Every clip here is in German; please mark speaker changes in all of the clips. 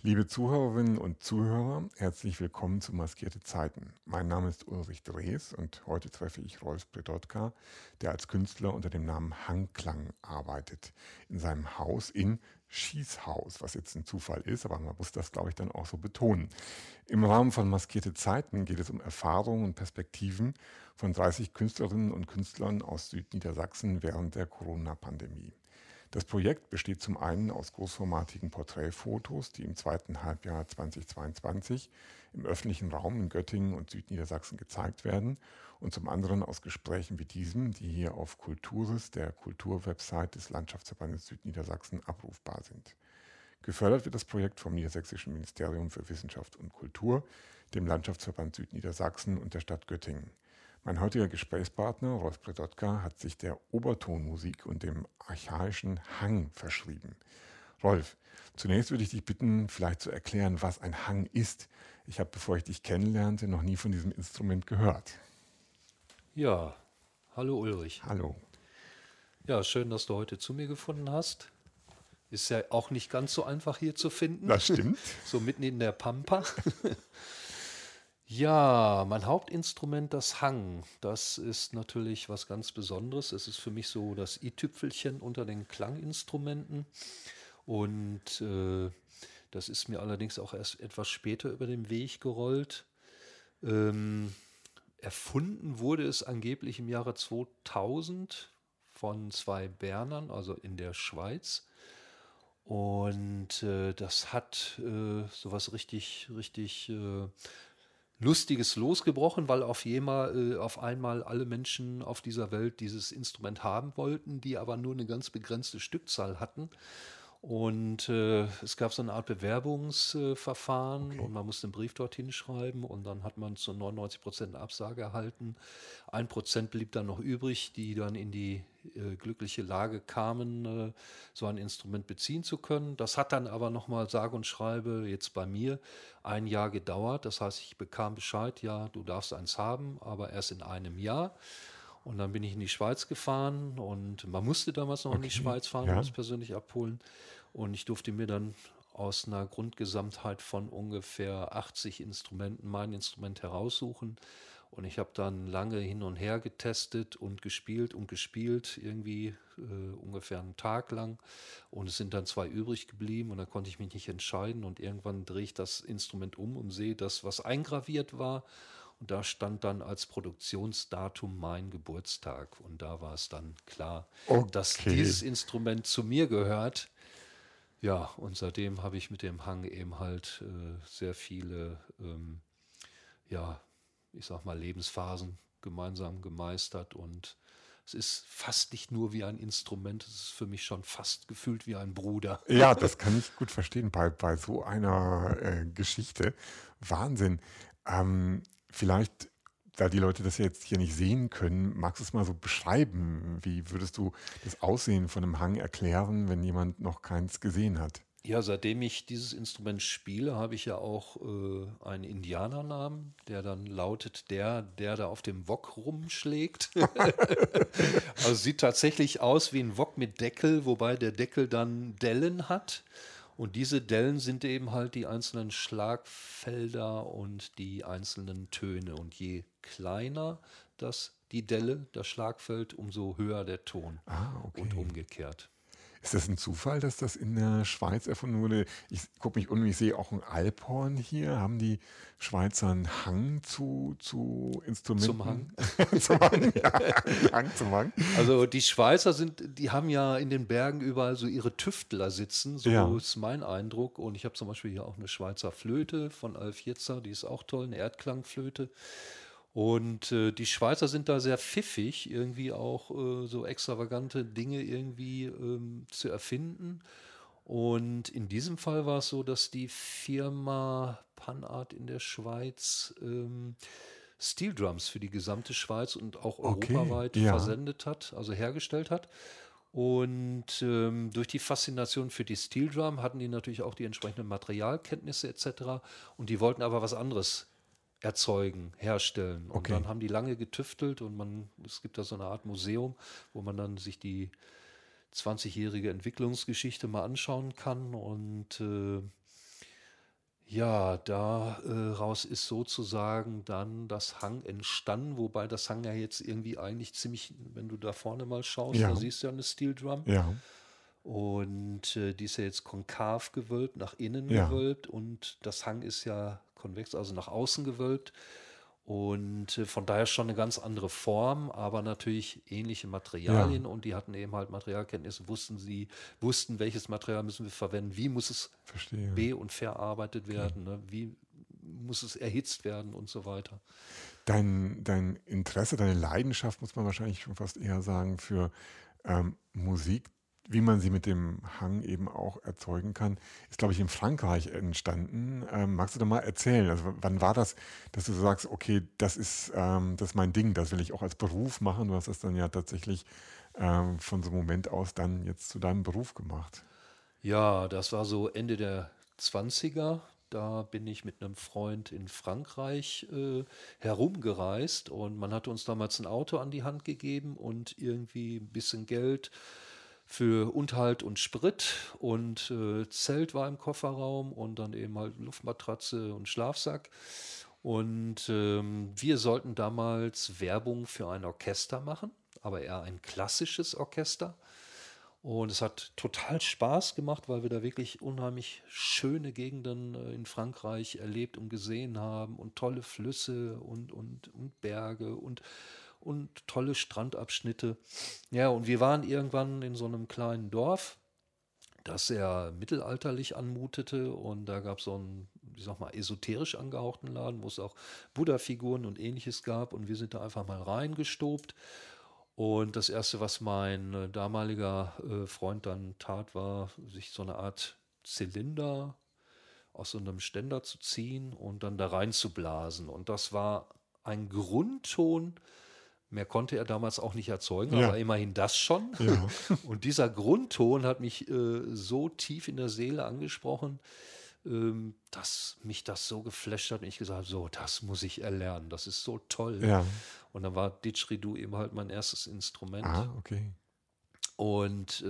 Speaker 1: Liebe Zuhörerinnen und Zuhörer, herzlich willkommen zu Maskierte Zeiten. Mein Name ist Ulrich Drees und heute treffe ich Rolf Predotka, der als Künstler unter dem Namen Hangklang arbeitet. In seinem Haus in Schießhaus, was jetzt ein Zufall ist, aber man muss das, glaube ich, dann auch so betonen. Im Rahmen von Maskierte Zeiten geht es um Erfahrungen und Perspektiven von 30 Künstlerinnen und Künstlern aus Südniedersachsen während der Corona-Pandemie. Das Projekt besteht zum einen aus großformatigen Porträtfotos, die im zweiten Halbjahr 2022 im öffentlichen Raum in Göttingen und Südniedersachsen gezeigt werden und zum anderen aus Gesprächen wie diesem, die hier auf Kulturis, der Kulturwebsite des Landschaftsverbandes Südniedersachsen, abrufbar sind. Gefördert wird das Projekt vom Niedersächsischen Ministerium für Wissenschaft und Kultur, dem Landschaftsverband Südniedersachsen und der Stadt Göttingen. Mein heutiger Gesprächspartner, Rolf Predotka, hat sich der Obertonmusik und dem archaischen Hang verschrieben. Rolf, zunächst würde ich dich bitten, vielleicht zu erklären, was ein Hang ist. Ich habe, bevor ich dich kennenlernte, noch nie von diesem Instrument gehört.
Speaker 2: Ja, hallo Ulrich.
Speaker 1: Hallo.
Speaker 2: Ja, schön, dass du heute zu mir gefunden hast. Ist ja auch nicht ganz so einfach hier zu finden,
Speaker 1: Das stimmt.
Speaker 2: so mitten in der Pampa. Ja, mein Hauptinstrument, das Hang, das ist natürlich was ganz Besonderes. Es ist für mich so das i-Tüpfelchen unter den Klanginstrumenten. Und das ist mir allerdings auch erst etwas später über den Weg gerollt. Ähm, Erfunden wurde es angeblich im Jahre 2000 von zwei Bernern, also in der Schweiz. Und das hat sowas richtig Lustiges losgebrochen, weil auf einmal alle Menschen auf dieser Welt dieses Instrument haben wollten, die aber nur eine ganz begrenzte Stückzahl hatten. Und es gab so eine Art Bewerbungsverfahren und man musste einen Brief dorthin schreiben und dann hat man zu 99% eine Absage erhalten. 1% blieb dann noch übrig, die dann in die glückliche Lage kamen, so ein Instrument beziehen zu können. Das hat dann aber nochmal sage und schreibe jetzt bei mir ein Jahr gedauert. Das heißt, ich bekam Bescheid, ja, du darfst eins haben, aber erst in einem Jahr. Und dann bin ich in die Schweiz gefahren und man musste damals noch in die Schweiz fahren und
Speaker 1: Ja.
Speaker 2: das persönlich abholen. Und ich durfte mir dann aus einer Grundgesamtheit von ungefähr 80 Instrumenten mein Instrument heraussuchen. Und ich habe dann lange hin und her getestet und gespielt, irgendwie ungefähr einen Tag lang. Und es sind dann zwei übrig geblieben und da konnte ich mich nicht entscheiden. Und irgendwann drehe ich das Instrument um und sehe, dass was eingraviert war. Und da stand dann als Produktionsdatum mein Geburtstag. Und da war es dann klar, dass
Speaker 1: Okay.
Speaker 2: dieses Instrument zu mir gehört. Ja, und seitdem habe ich mit dem Hang eben halt sehr viele, ja, ich sag mal, Lebensphasen gemeinsam gemeistert. Und es ist fast nicht nur wie ein Instrument, es ist für mich schon fast gefühlt wie ein Bruder.
Speaker 1: Ja, das kann ich gut verstehen bei so einer Geschichte. Wahnsinn. Vielleicht, da die Leute das jetzt hier nicht sehen können, magst du es mal so beschreiben? Wie würdest du das Aussehen von einem Hang erklären, wenn jemand noch keins gesehen hat?
Speaker 2: Ja, seitdem ich dieses Instrument spiele, habe ich ja auch einen Indianernamen, der dann lautet der da auf dem Wok rumschlägt. Also sieht tatsächlich aus wie ein Wok mit Deckel, wobei der Deckel dann Dellen hat. Und diese Dellen sind eben halt die einzelnen Schlagfelder und die einzelnen Töne. Und je kleiner die Delle, das Schlagfeld, umso höher der Ton.
Speaker 1: Okay.
Speaker 2: Und umgekehrt.
Speaker 1: Ist das ein Zufall, dass das in der Schweiz erfunden wurde? Ich gucke mich um, ich sehe auch ein Alphorn hier. Haben die Schweizer einen Hang zu Instrumenten?
Speaker 2: Zum Hang.
Speaker 1: Zum Hang, ja. Hang zum Hang.
Speaker 2: Also die Schweizer die haben ja in den Bergen überall so ihre Tüftler sitzen, so
Speaker 1: Ja.
Speaker 2: ist mein Eindruck. Und ich habe zum Beispiel hier auch eine Schweizer Flöte von Alf Jetzer, die ist auch toll, eine Erdklangflöte. Und die Schweizer sind da sehr pfiffig, irgendwie auch so extravagante Dinge irgendwie zu erfinden. Und in diesem Fall war es so, dass die Firma Panart in der Schweiz Steel Drums für die gesamte Schweiz und auch
Speaker 1: Okay,
Speaker 2: europaweit
Speaker 1: ja.
Speaker 2: versendet hat, also hergestellt hat. Und durch die Faszination für die Steel Drum hatten die natürlich auch die entsprechenden Materialkenntnisse etc. Und die wollten aber was anderes erzeugen, herstellen. Und
Speaker 1: Okay.
Speaker 2: dann haben die lange getüftelt und es gibt da so eine Art Museum, wo man dann sich die 20-jährige Entwicklungsgeschichte mal anschauen kann. Und Ja, daraus ist sozusagen dann das Hang entstanden, wobei das Hang ja jetzt irgendwie eigentlich ziemlich, wenn du da vorne mal schaust, da
Speaker 1: Ja,
Speaker 2: siehst du ja eine Steel Drum
Speaker 1: ja,
Speaker 2: und die ist ja jetzt konkav gewölbt, nach innen
Speaker 1: ja,
Speaker 2: gewölbt und das Hang ist ja konvex, also nach außen gewölbt und von daher schon eine ganz andere Form, aber natürlich ähnliche
Speaker 1: ja,
Speaker 2: Materialien und die hatten eben halt Materialkenntnisse, wussten, welches Material müssen wir verwenden, wie muss es
Speaker 1: verstehe.
Speaker 2: be- und verarbeitet
Speaker 1: Okay.
Speaker 2: werden, ne? Wie muss es erhitzt werden und so weiter.
Speaker 1: Dein Interesse, deine Leidenschaft, muss man wahrscheinlich schon fast eher sagen, für Musik, wie man sie mit dem Hang eben auch erzeugen kann, ist, glaube ich, in Frankreich entstanden. Magst du da mal erzählen? Also wann war das, dass du so sagst, okay, das ist mein Ding, das will ich auch als Beruf machen. Du hast das dann ja tatsächlich von so einem Moment aus dann jetzt zu deinem Beruf gemacht.
Speaker 2: Ja, das war so Ende der Zwanziger. Da bin ich mit einem Freund in Frankreich herumgereist und man hatte uns damals ein Auto an die Hand gegeben und irgendwie ein bisschen Geld für Unterhalt und Sprit und Zelt war im Kofferraum und dann eben halt Luftmatratze und Schlafsack. Und wir sollten damals Werbung für ein Orchester machen, aber eher ein klassisches Orchester. Und es hat total Spaß gemacht, weil wir da wirklich unheimlich schöne Gegenden in Frankreich erlebt und gesehen haben und tolle Flüsse und Berge und tolle Strandabschnitte. Ja, und wir waren irgendwann in so einem kleinen Dorf, das sehr mittelalterlich anmutete und da gab es so einen, ich sag mal, esoterisch angehauchten Laden, wo es auch Buddha-Figuren und ähnliches gab und wir sind da einfach mal reingestobt und das Erste, was mein damaliger Freund dann tat, war, sich so eine Art Zylinder aus so einem Ständer zu ziehen und dann da rein zu blasen. Und das war ein Grundton. Mehr konnte er damals auch nicht erzeugen, aber
Speaker 1: Ja,
Speaker 2: immerhin das schon.
Speaker 1: ja,
Speaker 2: Und dieser Grundton hat mich so tief in der Seele angesprochen, dass mich das so geflasht hat und ich gesagt habe, so, das muss ich erlernen, das ist so toll.
Speaker 1: ja.
Speaker 2: Und dann war Didgeridoo eben halt mein erstes Instrument.
Speaker 1: Ah, okay.
Speaker 2: Und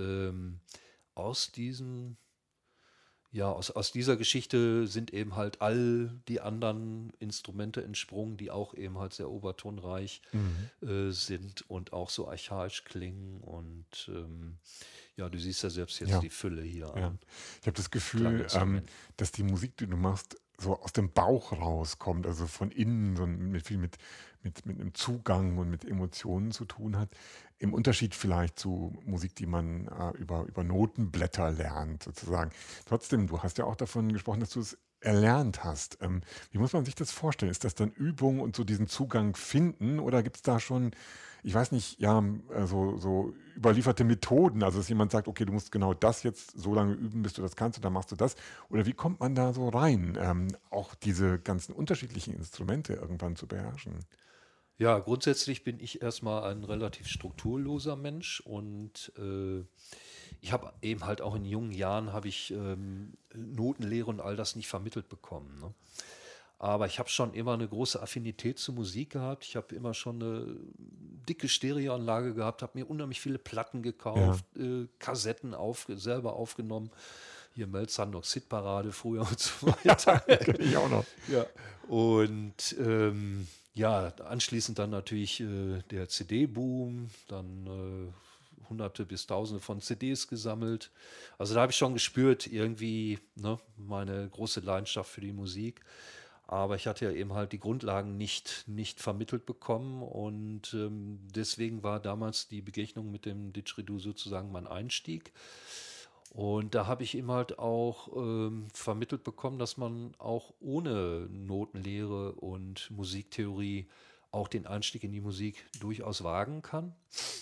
Speaker 2: aus diesem, ja, aus dieser Geschichte sind eben halt all die anderen Instrumente entsprungen, die auch eben halt sehr obertonreich
Speaker 1: Mhm.
Speaker 2: sind und auch so archaisch klingen. Und ja, du siehst ja selbst jetzt
Speaker 1: Ja.
Speaker 2: die Fülle hier
Speaker 1: Ja,
Speaker 2: an
Speaker 1: ich habe das Gefühl,
Speaker 2: Klanginstrumenten.
Speaker 1: dass die Musik, die du machst, so aus dem Bauch rauskommt, also von innen, so mit viel mit einem Zugang und mit Emotionen zu tun hat. Im Unterschied vielleicht zu Musik, die man über Notenblätter lernt, sozusagen. Trotzdem, du hast ja auch davon gesprochen, dass du es erlernt hast. Wie muss man sich das vorstellen? Ist das dann Übung und so diesen Zugang finden oder gibt es da schon, ich weiß nicht, ja, so überlieferte Methoden, also dass jemand sagt, okay, du musst genau das jetzt so lange üben, bis du das kannst und dann machst du das. Oder wie kommt man da so rein, auch diese ganzen unterschiedlichen Instrumente irgendwann zu beherrschen?
Speaker 2: Ja, grundsätzlich bin ich erstmal ein relativ strukturloser Mensch und ich habe eben halt auch in jungen Jahren habe ich Notenlehre und all das nicht vermittelt bekommen. Ne? Aber ich habe schon immer eine große Affinität zur Musik gehabt. Ich habe immer schon eine dicke Stereoanlage gehabt, habe mir unheimlich viele Platten
Speaker 1: Ja,
Speaker 2: gekauft, Kassetten selber aufgenommen. Hier Mel Sandocks Hitparade früher und so weiter.
Speaker 1: kenne ich auch noch.
Speaker 2: Ja, und ja, anschließend dann natürlich der CD-Boom, dann Hunderte bis Tausende von CDs gesammelt. Also da habe ich schon gespürt, irgendwie ne, meine große Leidenschaft für die Musik. Aber ich hatte ja eben halt die Grundlagen nicht vermittelt bekommen und deswegen war damals die Begegnung mit dem Didgeridoo sozusagen mein Einstieg. Und da habe ich ihm halt auch vermittelt bekommen, dass man auch ohne Notenlehre und Musiktheorie auch den Einstieg in die Musik durchaus wagen kann.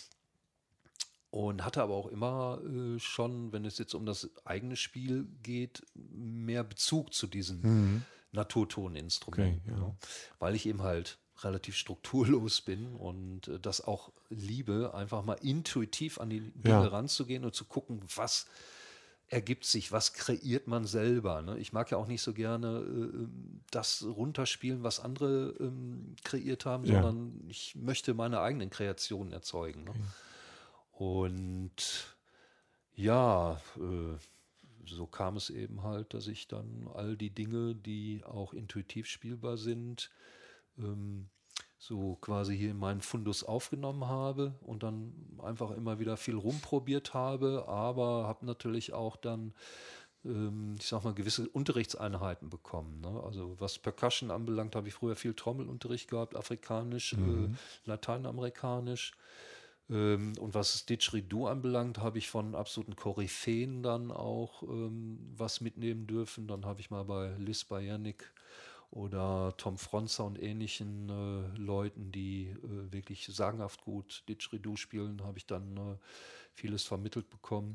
Speaker 2: Und hatte aber auch immer schon, wenn es jetzt um das eigene Spiel geht, mehr Bezug zu diesen
Speaker 1: Mhm. Okay,
Speaker 2: Naturtoninstrumenten,
Speaker 1: ja.
Speaker 2: ne? Weil ich eben halt relativ strukturlos bin und das auch liebe, einfach mal intuitiv an die
Speaker 1: Ja,
Speaker 2: Dinge ranzugehen und zu gucken, was ergibt sich, was kreiert man selber. Ne? Ich mag ja auch nicht so gerne das runterspielen, was andere kreiert haben,
Speaker 1: ja,
Speaker 2: sondern ich möchte meine eigenen Kreationen erzeugen. Ne?
Speaker 1: okay.
Speaker 2: Und ja, so kam es eben halt, dass ich dann all die Dinge, die auch intuitiv spielbar sind, ähm, so quasi hier in meinen Fundus aufgenommen habe und dann einfach immer wieder viel rumprobiert habe, aber habe natürlich auch dann, ich sag mal, gewisse Unterrichtseinheiten bekommen. Ne? Also was Percussion anbelangt, habe ich früher viel Trommelunterricht gehabt, afrikanisch, lateinamerikanisch. Und was das Didgeridoo anbelangt, habe ich von absoluten Koryphäen dann auch was mitnehmen dürfen. Dann habe ich mal bei Liz Bianic oder Tom Fronzer und ähnlichen Leuten, die wirklich sagenhaft gut Didgeridoo spielen, habe ich dann vieles vermittelt bekommen.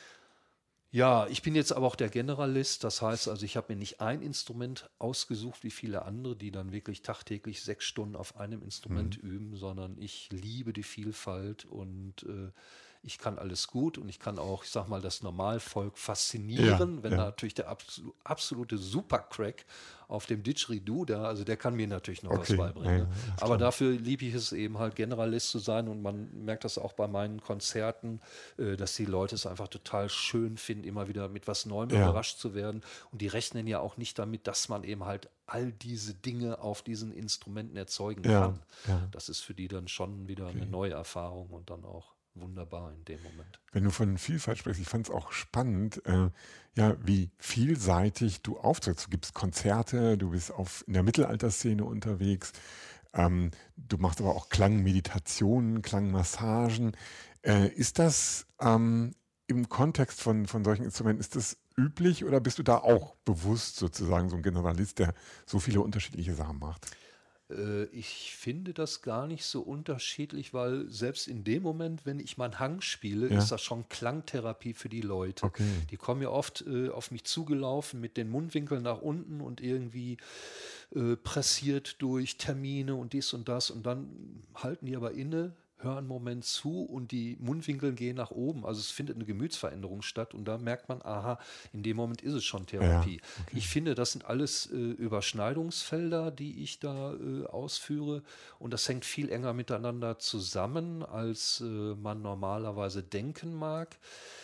Speaker 2: Ja, ich bin jetzt aber auch der Generalist, das heißt also, ich habe mir nicht ein Instrument ausgesucht wie viele andere, die dann wirklich tagtäglich 6 Stunden auf einem Instrument üben, sondern ich liebe die Vielfalt und ich kann alles gut und ich kann auch, ich sag mal, das Normalvolk faszinieren, wenn natürlich der absolute Supercrack auf dem Didgeridoo da, also der kann mir natürlich noch was beibringen. Ne? Aber dafür liebe ich es eben halt, Generalist zu sein und man merkt das auch bei meinen Konzerten, dass die Leute es einfach total schön finden, immer wieder mit was Neuem überrascht zu werden. Und die rechnen ja auch nicht damit, dass man eben halt all diese Dinge auf diesen Instrumenten erzeugen kann. Das ist für die dann schon wieder eine neue Erfahrung und dann auch wunderbar in dem Moment.
Speaker 1: Wenn du von Vielfalt sprichst, ich fand es auch spannend, wie vielseitig du auftrittst. Du gibst Konzerte, du bist in der Mittelalterszene unterwegs, du machst aber auch Klangmeditationen, Klangmassagen. Ist das im Kontext von solchen Instrumenten, ist das üblich oder bist du da auch bewusst sozusagen so ein Generalist, der so viele unterschiedliche Sachen macht?
Speaker 2: Ich finde das gar nicht so unterschiedlich, weil selbst in dem Moment, wenn ich meinen Hang spiele, ist das schon Klangtherapie für die Leute. Die kommen ja oft auf mich zugelaufen mit den Mundwinkeln nach unten und irgendwie pressiert durch Termine und dies und das und dann halten die aber inne, hören einen Moment zu und die Mundwinkel gehen nach oben. Also es findet eine Gemütsveränderung statt und da merkt man, aha, in dem Moment ist es schon Therapie. Ich finde, das sind alles Überschneidungsfelder, die ich da ausführe und das hängt viel enger miteinander zusammen, als man normalerweise denken mag.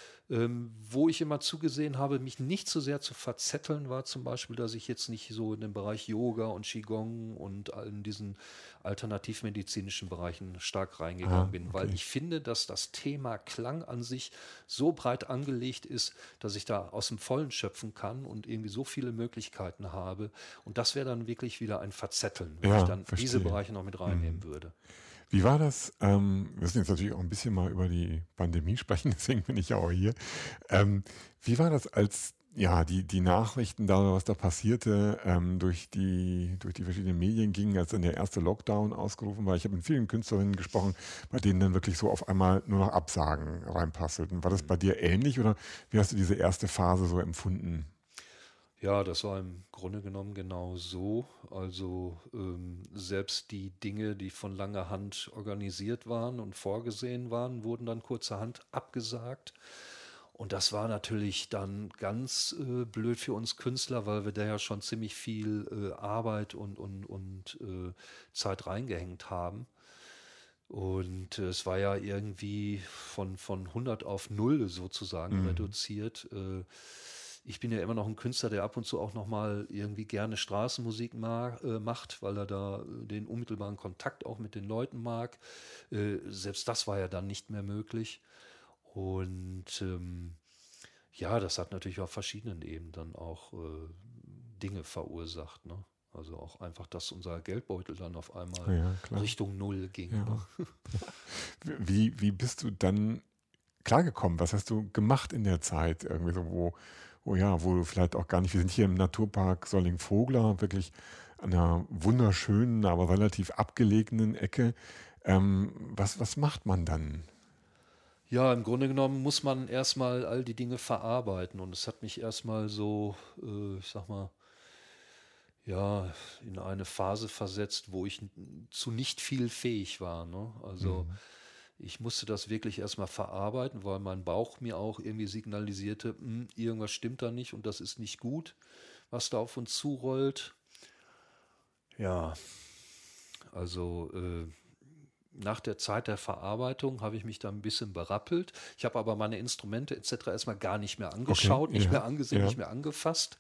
Speaker 2: Wo ich immer zugesehen habe, mich nicht so sehr zu verzetteln, war zum Beispiel, dass ich jetzt nicht so in den Bereich Yoga und Qigong und in diesen alternativmedizinischen Bereichen stark reingegangen bin, weil ich finde, dass das Thema Klang an sich so breit angelegt ist, dass ich da aus dem Vollen schöpfen kann und irgendwie so viele Möglichkeiten habe. Und das wäre dann wirklich wieder ein Verzetteln, wenn ich dann diese Bereiche noch mit reinnehmen würde.
Speaker 1: Wie war das? Wir müssen jetzt natürlich auch ein bisschen mal über die Pandemie sprechen, deswegen bin ich ja auch hier. Wie war das, als die Nachrichten darüber, was da passierte, durch die verschiedenen Medien gingen, als dann der erste Lockdown ausgerufen war? Ich habe mit vielen Künstlerinnen gesprochen, bei denen dann wirklich so auf einmal nur noch Absagen reinpasselten. War das bei dir ähnlich oder wie hast du diese erste Phase so empfunden?
Speaker 2: Ja, das war im Grunde genommen genau so. Also selbst die Dinge, die von langer Hand organisiert waren und vorgesehen waren, wurden dann kurzerhand abgesagt. Und das war natürlich dann ganz blöd für uns Künstler, weil wir da ja schon ziemlich viel Arbeit und Zeit reingehängt haben. Und es war ja irgendwie von 100 auf 0 sozusagen reduziert. Ich bin ja immer noch ein Künstler, der ab und zu auch nochmal irgendwie gerne Straßenmusik macht, weil er da den unmittelbaren Kontakt auch mit den Leuten mag. Selbst das war ja dann nicht mehr möglich. Und das hat natürlich auf verschiedenen Ebenen dann auch Dinge verursacht. Ne? Also auch einfach, dass unser Geldbeutel dann auf einmal Richtung 0 ging.
Speaker 1: Ja.
Speaker 2: Ne?
Speaker 1: Wie bist du dann klargekommen? Was hast du gemacht in der Zeit? Irgendwie so, wo du vielleicht auch gar nicht, wir sind hier im Naturpark Solling-Vogler, wirklich an einer wunderschönen, aber relativ abgelegenen Ecke. Was macht man dann?
Speaker 2: Ja, im Grunde genommen muss man erstmal all die Dinge verarbeiten und es hat mich erstmal so, ich sag mal, ja, in eine Phase versetzt, wo ich zu nicht viel fähig war. Ne? Also ich musste das wirklich erstmal verarbeiten, weil mein Bauch mir auch irgendwie signalisierte, irgendwas stimmt da nicht und das ist nicht gut, was da auf uns zurollt. Ja, also nach der Zeit der Verarbeitung habe ich mich da ein bisschen berappelt. Ich habe aber meine Instrumente etc. erstmal gar nicht mehr angeschaut, nicht mehr angesehen, nicht mehr angefasst.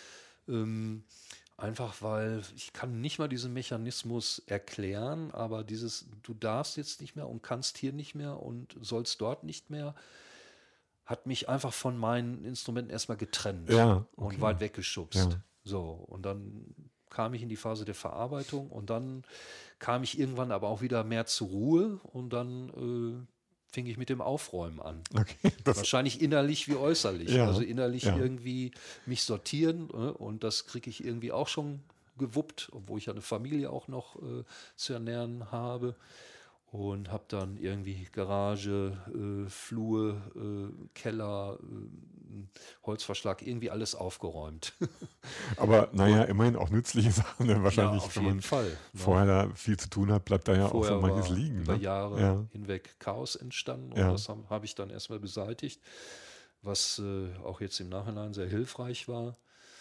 Speaker 2: Einfach weil ich kann nicht mal diesen Mechanismus erklären, aber du darfst jetzt nicht mehr und kannst hier nicht mehr und sollst dort nicht mehr, hat mich einfach von meinen Instrumenten erstmal getrennt und weit weggeschubst. Ja. So, und dann kam ich in die Phase der Verarbeitung und dann kam ich irgendwann aber auch wieder mehr zur Ruhe und dann fing ich mit dem Aufräumen an. Okay, wahrscheinlich innerlich wie äußerlich. Ja, also innerlich irgendwie mich sortieren und das kriege ich irgendwie auch schon gewuppt, obwohl ich ja eine Familie auch noch zu ernähren habe. Und habe dann irgendwie Garage, Flur, Keller, Holzverschlag, irgendwie alles aufgeräumt.
Speaker 1: Aber naja, immerhin auch nützliche Sachen. Denn wahrscheinlich,
Speaker 2: auf jeden Fall.
Speaker 1: Vorher da viel zu tun hat, bleibt da ja auch so manches liegen.
Speaker 2: Über Jahre hinweg Chaos entstanden und das habe ich dann erstmal beseitigt, was auch jetzt im Nachhinein sehr hilfreich war.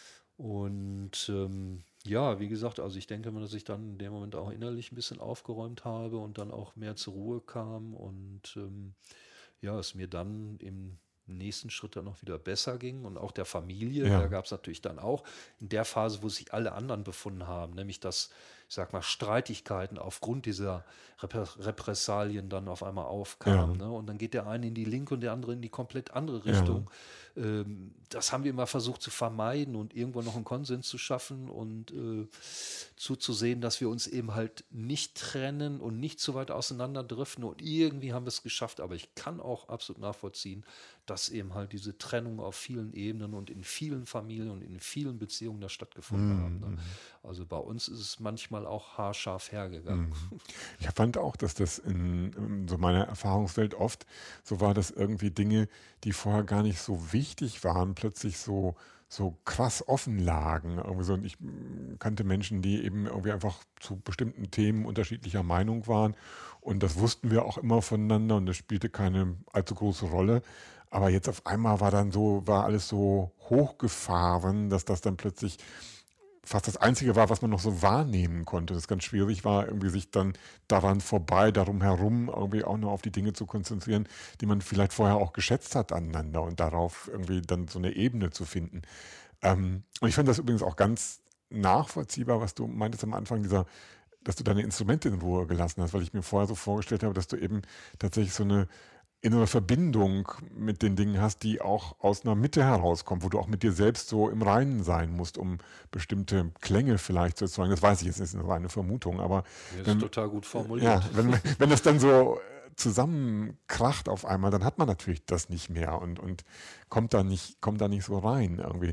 Speaker 2: Und ja, wie gesagt, also ich denke mal, dass ich dann in dem Moment auch innerlich ein bisschen aufgeräumt habe und dann auch mehr zur Ruhe kam und es mir dann im nächsten Schritt dann noch wieder besser ging und auch der Familie, da gab es natürlich dann auch in der Phase, wo sich alle anderen befunden haben, nämlich dass, ich sag mal, Streitigkeiten aufgrund dieser Repressalien dann auf einmal aufkamen. Ne? Und dann geht der eine in die linke und der andere in die komplett andere Richtung. Das haben wir immer versucht zu vermeiden und irgendwo noch einen Konsens zu schaffen und zuzusehen, dass wir uns eben halt nicht trennen und nicht zu weit auseinanderdriften und irgendwie haben wir es geschafft, aber ich kann auch absolut nachvollziehen, dass eben halt diese Trennung auf vielen Ebenen und in vielen Familien und in vielen Beziehungen da stattgefunden haben. Ne? Also bei uns ist es manchmal auch haarscharf hergegangen.
Speaker 1: Ich fand auch, dass das in so meiner Erfahrungswelt oft so war, dass irgendwie Dinge, die vorher gar nicht so wichtig waren, plötzlich so krass offen lagen. Irgendwie so, und ich kannte Menschen, die eben irgendwie einfach zu bestimmten Themen unterschiedlicher Meinung waren. Und das wussten wir auch immer voneinander und das spielte keine allzu große Rolle. Aber jetzt auf einmal war alles so hochgefahren, dass das dann plötzlich fast das Einzige war, was man noch so wahrnehmen konnte. Das ganz schwierig war, irgendwie sich dann darum herum irgendwie auch nur auf die Dinge zu konzentrieren, die man vielleicht vorher auch geschätzt hat aneinander und darauf irgendwie dann so eine Ebene zu finden. Und ich finde das übrigens auch ganz nachvollziehbar, was du meintest am Anfang, dass du deine Instrumente in Ruhe gelassen hast, weil ich mir vorher so vorgestellt habe, dass du eben tatsächlich so eine innere Verbindung mit den Dingen hast, die auch aus einer Mitte herauskommt, wo du auch mit dir selbst so im Reinen sein musst, um bestimmte Klänge vielleicht zu erzeugen. Das weiß ich jetzt, das ist eine reine Vermutung, aber
Speaker 2: das ist total gut formuliert.
Speaker 1: Ja, wenn das dann so zusammenkracht auf einmal, dann hat man natürlich das nicht mehr und kommt da nicht so rein irgendwie.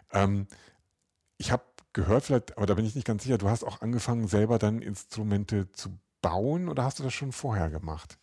Speaker 1: Ich habe gehört vielleicht, aber da bin ich nicht ganz sicher, du hast auch angefangen, selber dann Instrumente zu bauen oder hast du das schon vorher gemacht?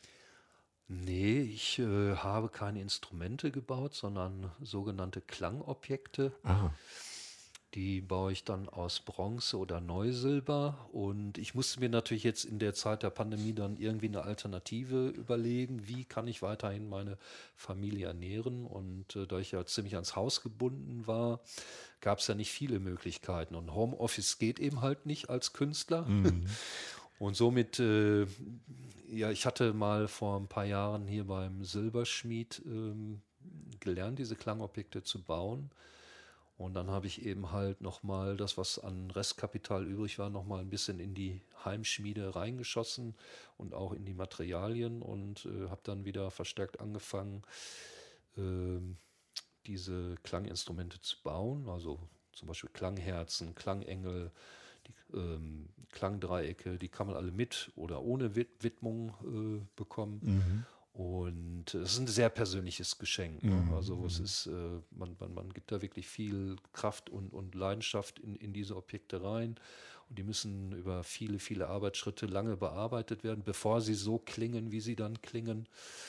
Speaker 2: Nee, ich habe keine Instrumente gebaut, sondern sogenannte Klangobjekte.
Speaker 1: Aha.
Speaker 2: Die baue ich dann aus Bronze oder Neusilber. Und ich musste mir natürlich jetzt in der Zeit der Pandemie dann irgendwie eine Alternative überlegen. Wie kann ich weiterhin meine Familie ernähren? Und da ich ja ziemlich ans Haus gebunden war, gab es ja nicht viele Möglichkeiten. Und Homeoffice geht eben halt nicht als Künstler. Und somit, ich hatte mal vor ein paar Jahren hier beim Silberschmied gelernt, diese Klangobjekte zu bauen. Und dann habe ich eben halt nochmal das, was an Restkapital übrig war, nochmal ein bisschen in die Heimschmiede reingeschossen und auch in die Materialien und habe dann wieder verstärkt angefangen, diese Klanginstrumente zu bauen. Also zum Beispiel Klangherzen, Klangengel, Klangdreiecke, die kann man alle mit oder ohne Widmung bekommen. Und es ist ein sehr persönliches Geschenk. Ne? Also es ist, man gibt da wirklich viel Kraft und Leidenschaft in diese Objekte rein. Und die müssen über viele, viele Arbeitsschritte lange bearbeitet werden, bevor sie so klingen, wie sie dann klingen.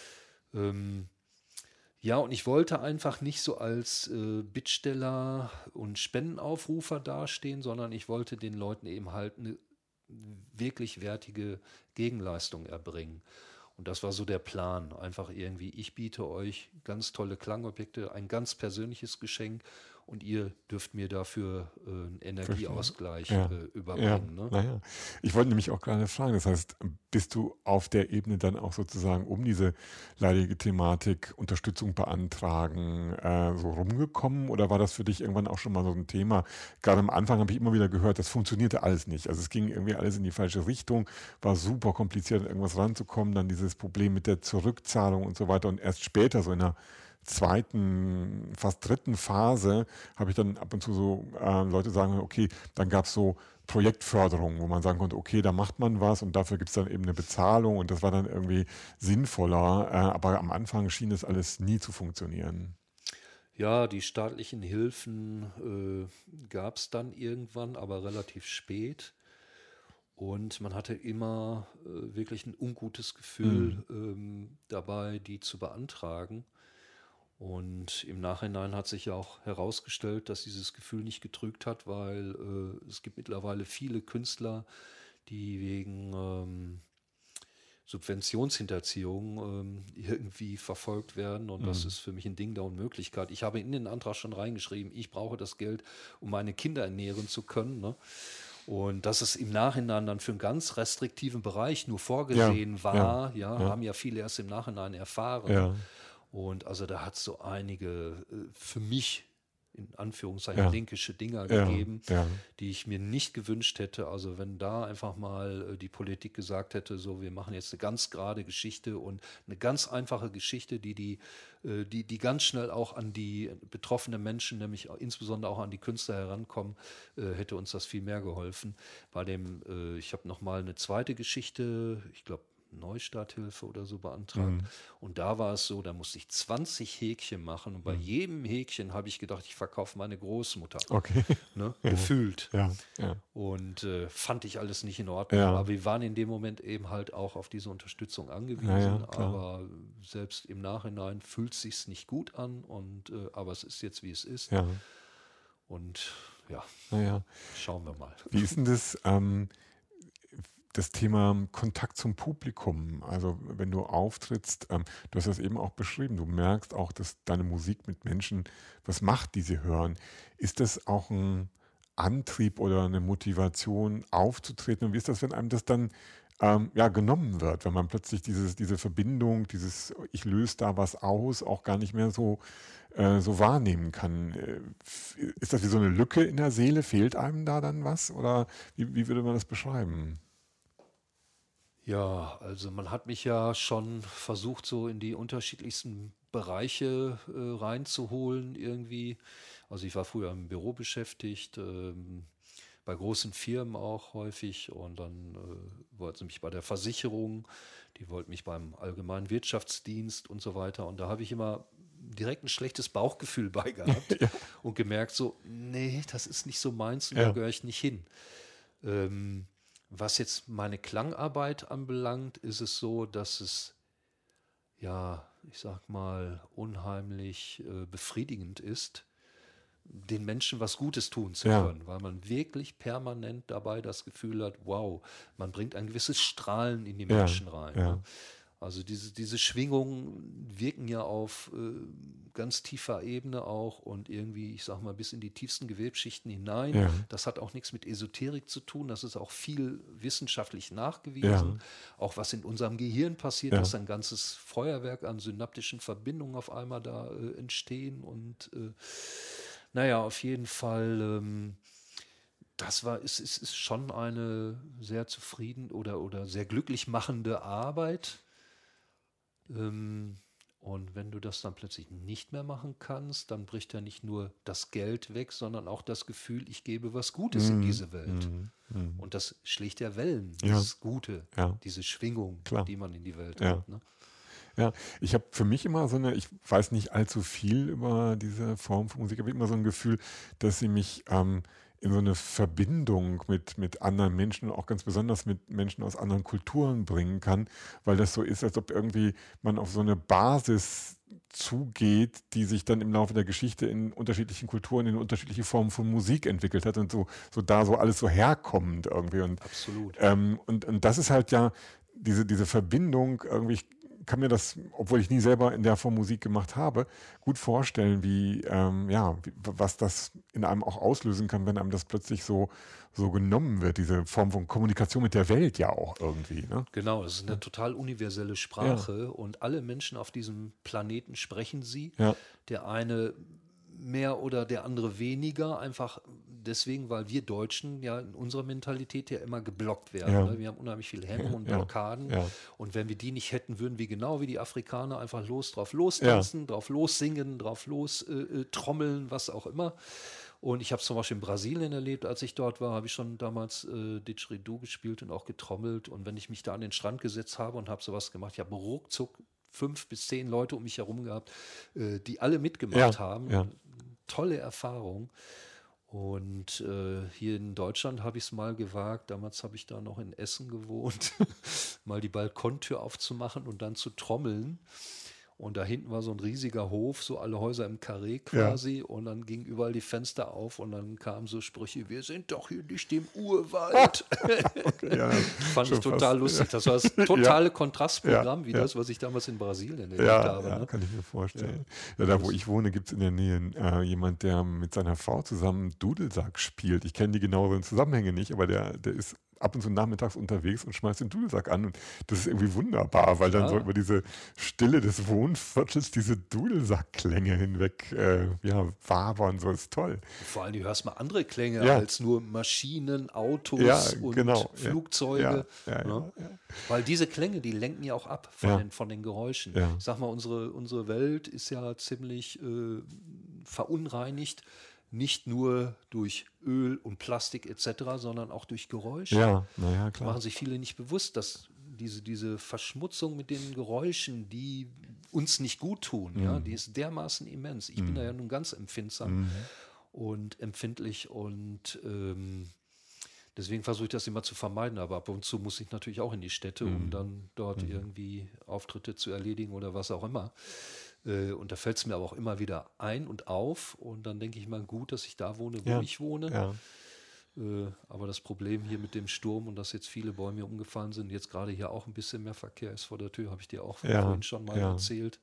Speaker 2: Ja, und ich wollte einfach nicht so als Bittsteller und Spendenaufrufer dastehen, sondern ich wollte den Leuten eben halt eine wirklich wertige Gegenleistung erbringen. Und das war so der Plan. Einfach irgendwie, ich biete euch ganz tolle Klangobjekte, ein ganz persönliches Geschenk und ihr dürft mir dafür einen
Speaker 1: Verstehe.
Speaker 2: Energieausgleich
Speaker 1: Ja, ja,
Speaker 2: überbringen. Ne?
Speaker 1: naja. Ich wollte nämlich auch gerade fragen, das heißt, bist du auf der Ebene dann auch sozusagen um diese leidige Thematik Unterstützung beantragen so rumgekommen oder war das für dich irgendwann auch schon mal so ein Thema? Gerade am Anfang habe ich immer wieder gehört, das funktionierte alles nicht. Also es ging irgendwie alles in die falsche Richtung, war super kompliziert, an irgendwas ranzukommen, dann dieses Problem mit der Zurückzahlung und so weiter und erst später so in einer zweiten, fast dritten Phase habe ich dann ab und zu so Leute sagen, okay, dann gab es so Projektförderung, wo man sagen konnte, okay, da macht man was und dafür gibt es dann eben eine Bezahlung und das war dann irgendwie sinnvoller, aber am Anfang schien das alles nie zu funktionieren.
Speaker 2: Ja, die staatlichen Hilfen gab es dann irgendwann, aber relativ spät. Und man hatte immer wirklich ein ungutes Gefühl dabei, die zu beantragen. Und im Nachhinein hat sich ja auch herausgestellt, dass dieses Gefühl nicht getrügt hat, weil es gibt mittlerweile viele Künstler, die wegen Subventionshinterziehung irgendwie verfolgt werden. Und das ist für mich ein Ding der Unmöglichkeit. Ich habe in den Antrag schon reingeschrieben, ich brauche das Geld, um meine Kinder ernähren zu können. Ne? Und dass es im Nachhinein dann für einen ganz restriktiven Bereich nur vorgesehen war, haben ja viele erst im Nachhinein erfahren.
Speaker 1: Ja,
Speaker 2: Und also da hat es so einige für mich in Anführungszeichen
Speaker 1: ja,
Speaker 2: linkische Dinger
Speaker 1: ja,
Speaker 2: gegeben,
Speaker 1: ja,
Speaker 2: die ich mir nicht gewünscht hätte. Also wenn da einfach mal die Politik gesagt hätte, so wir machen jetzt eine ganz gerade Geschichte und eine ganz einfache Geschichte, die ganz schnell auch an die betroffenen Menschen, nämlich insbesondere auch an die Künstler herankommen, hätte uns das viel mehr geholfen. Ich habe nochmal eine zweite Geschichte, ich glaube Neustarthilfe oder so beantragt. Und da war es so, da musste ich 20 Häkchen machen. Und bei jedem Häkchen habe ich gedacht, ich verkaufe meine Großmutter.
Speaker 1: okay.
Speaker 2: Ne? Gefühlt.
Speaker 1: Ja, ja,
Speaker 2: Und fand ich alles nicht in Ordnung.
Speaker 1: ja,
Speaker 2: Aber wir waren in dem Moment eben halt auch auf diese Unterstützung angewiesen.
Speaker 1: ja, klar.
Speaker 2: Aber selbst im Nachhinein fühlt es sich nicht gut an. Aber es ist jetzt, wie es ist.
Speaker 1: Ja,
Speaker 2: Und ja,
Speaker 1: naja.
Speaker 2: schauen wir mal.
Speaker 1: Wie ist denn das Thema Kontakt zum Publikum? Also wenn du auftrittst, du hast das eben auch beschrieben, du merkst auch, dass deine Musik mit Menschen was macht, die sie hören. Ist das auch ein Antrieb oder eine Motivation aufzutreten? Und wie ist das, wenn einem das dann genommen wird, wenn man plötzlich diese Verbindung, ich löse da was aus, auch gar nicht mehr so wahrnehmen kann? Ist das wie so eine Lücke in der Seele? Fehlt einem da dann was? Oder wie würde man das beschreiben?
Speaker 2: Ja, also man hat mich ja schon versucht, so in die unterschiedlichsten Bereiche reinzuholen irgendwie. Also ich war früher im Büro beschäftigt, bei großen Firmen auch häufig und dann wollten sie mich bei der Versicherung, die wollten mich beim allgemeinen Wirtschaftsdienst und so weiter. Und da habe ich immer direkt ein schlechtes Bauchgefühl bei gehabt und gemerkt so, nee, das ist nicht so meins und da
Speaker 1: Ja,
Speaker 2: gehöre ich nicht hin. Was jetzt meine Klangarbeit anbelangt, ist es so, dass es, ja, ich sag mal, unheimlich befriedigend ist, den Menschen was Gutes tun zu
Speaker 1: ja,
Speaker 2: können, weil man wirklich permanent dabei das Gefühl hat, wow, man bringt ein gewisses Strahlen in die
Speaker 1: ja,
Speaker 2: Menschen rein.
Speaker 1: ja,
Speaker 2: Ne? Also diese Schwingungen wirken ja auf ganz tiefer Ebene auch und irgendwie, ich sag mal, bis in die tiefsten Gewebsschichten hinein.
Speaker 1: ja,
Speaker 2: Das hat auch nichts mit Esoterik zu tun, das ist auch viel wissenschaftlich
Speaker 1: ja,
Speaker 2: nachgewiesen. Auch was in unserem Gehirn passiert,
Speaker 1: ja,
Speaker 2: dass ein ganzes Feuerwerk an synaptischen Verbindungen auf einmal da entstehen und naja, auf jeden Fall, es ist schon eine sehr zufrieden oder sehr glücklich machende Arbeit. Und wenn du das dann plötzlich nicht mehr machen kannst, dann bricht ja nicht nur das Geld weg, sondern auch das Gefühl, ich gebe was Gutes in diese Welt. Und das schlägt ja Wellen,
Speaker 1: ja,
Speaker 2: dieses Gute,
Speaker 1: ja,
Speaker 2: diese Schwingung,
Speaker 1: klar.
Speaker 2: die man in die Welt
Speaker 1: Ja.
Speaker 2: gibt. Ne?
Speaker 1: Ja, ich habe für mich immer ich weiß nicht allzu viel über diese Form von Musik, aber immer so ein Gefühl, dass sie mich in so eine Verbindung mit anderen Menschen und auch ganz besonders mit Menschen aus anderen Kulturen bringen kann, weil das so ist, als ob irgendwie man auf so eine Basis zugeht, die sich dann im Laufe der Geschichte in unterschiedlichen Kulturen, in unterschiedliche Formen von Musik entwickelt hat und so alles so herkommt irgendwie.
Speaker 2: Absolut.
Speaker 1: Und das ist halt ja diese Verbindung irgendwie. Ich kann mir das, obwohl ich nie selber in der Form Musik gemacht habe, gut vorstellen, was das in einem auch auslösen kann, wenn einem das plötzlich so genommen wird, diese Form von Kommunikation mit der Welt ja auch irgendwie. Ne?
Speaker 2: Genau, es ist eine total universelle
Speaker 1: Ja,
Speaker 2: Sprache und alle Menschen auf diesem Planeten sprechen sie.
Speaker 1: ja,
Speaker 2: Der eine mehr oder der andere weniger, einfach deswegen, weil wir Deutschen ja in unserer Mentalität ja immer geblockt werden.
Speaker 1: ja,
Speaker 2: Ne? Wir haben unheimlich viel Hemmungen und
Speaker 1: ja,
Speaker 2: Blockaden
Speaker 1: ja,
Speaker 2: und wenn wir die nicht hätten, würden wir genau wie die Afrikaner einfach drauf
Speaker 1: ja,
Speaker 2: lostanzen, drauf lossingen, drauf los trommeln, was auch immer. Und ich habe es zum Beispiel in Brasilien erlebt, als ich dort war, habe ich schon damals Didgeridoo gespielt und auch getrommelt. Und wenn ich mich da an den Strand gesetzt habe und habe sowas gemacht, ich habe ruckzuck 5 bis 10 Leute um mich herum gehabt, die alle mitgemacht
Speaker 1: ja,
Speaker 2: haben.
Speaker 1: ja,
Speaker 2: Tolle Erfahrung. Und hier in Deutschland habe ich es mal gewagt, damals habe ich da noch in Essen gewohnt, mal die Balkontür aufzumachen und dann zu trommeln. Und da hinten war so ein riesiger Hof, so alle Häuser im Karree
Speaker 1: ja,
Speaker 2: quasi. Und dann gingen überall die Fenster auf und dann kamen so Sprüche, wir sind doch hier nicht im Urwald.
Speaker 1: okay, ja,
Speaker 2: Fand ich
Speaker 1: schon
Speaker 2: total
Speaker 1: fast,
Speaker 2: lustig. Das war das
Speaker 1: ja,
Speaker 2: totale
Speaker 1: ja,
Speaker 2: Kontrastprogramm, wie
Speaker 1: ja.
Speaker 2: das, was ich damals in Brasilien erlebt
Speaker 1: Ja,
Speaker 2: habe.
Speaker 1: ja,
Speaker 2: Ne?
Speaker 1: kann ich mir
Speaker 2: Ja,
Speaker 1: vorstellen. Ja, da, wo
Speaker 2: das,
Speaker 1: ich wohne, gibt es in der Nähe jemand, der mit seiner Frau zusammen Dudelsack spielt. Ich kenne die genaueren Zusammenhänge nicht, aber der ist ab und zu nachmittags unterwegs und schmeißt den Dudelsack an. Und das ist irgendwie wunderbar, weil dann so
Speaker 2: klar.
Speaker 1: über diese Stille des Wohnviertels diese Dudelsackklänge hinweg wabern. So ist toll.
Speaker 2: Vor allem, du hörst mal andere Klänge
Speaker 1: Ja,
Speaker 2: als nur Maschinen,
Speaker 1: ja,
Speaker 2: Autos und
Speaker 1: genau. Ja,
Speaker 2: Flugzeuge.
Speaker 1: ja, ja,
Speaker 2: Ne?
Speaker 1: ja, ja,
Speaker 2: Weil diese Klänge, die lenken ja auch ab
Speaker 1: ja,
Speaker 2: von den Geräuschen.
Speaker 1: ja,
Speaker 2: Ich sag mal, unsere Welt ist ja ziemlich verunreinigt, nicht nur durch Öl und Plastik etc., sondern auch durch Geräusche.
Speaker 1: ja, naja,
Speaker 2: Das machen
Speaker 1: klar.
Speaker 2: sich viele nicht bewusst, dass diese Verschmutzung mit den Geräuschen, die uns nicht gut tun, ja, die
Speaker 1: Mhm.
Speaker 2: ist dermaßen immens. Ich bin da ja
Speaker 1: Mhm.
Speaker 2: nun ganz empfindsam
Speaker 1: Mhm.
Speaker 2: und empfindlich und deswegen versuche ich das immer zu vermeiden, aber ab und zu muss ich natürlich auch in die Städte, um
Speaker 1: Mhm.
Speaker 2: dann dort
Speaker 1: Mhm.
Speaker 2: irgendwie Auftritte zu erledigen oder was auch immer. Und da fällt es mir aber auch immer wieder ein und auf und dann denke ich mal, gut, dass ich da wohne, wo
Speaker 1: Ja,
Speaker 2: ich wohne.
Speaker 1: ja,
Speaker 2: Aber das Problem hier mit dem Sturm und dass jetzt viele Bäume umgefallen sind, jetzt gerade hier auch ein bisschen mehr Verkehr ist vor der Tür, habe ich dir auch
Speaker 1: ja,
Speaker 2: vorhin schon mal
Speaker 1: ja.
Speaker 2: erzählt.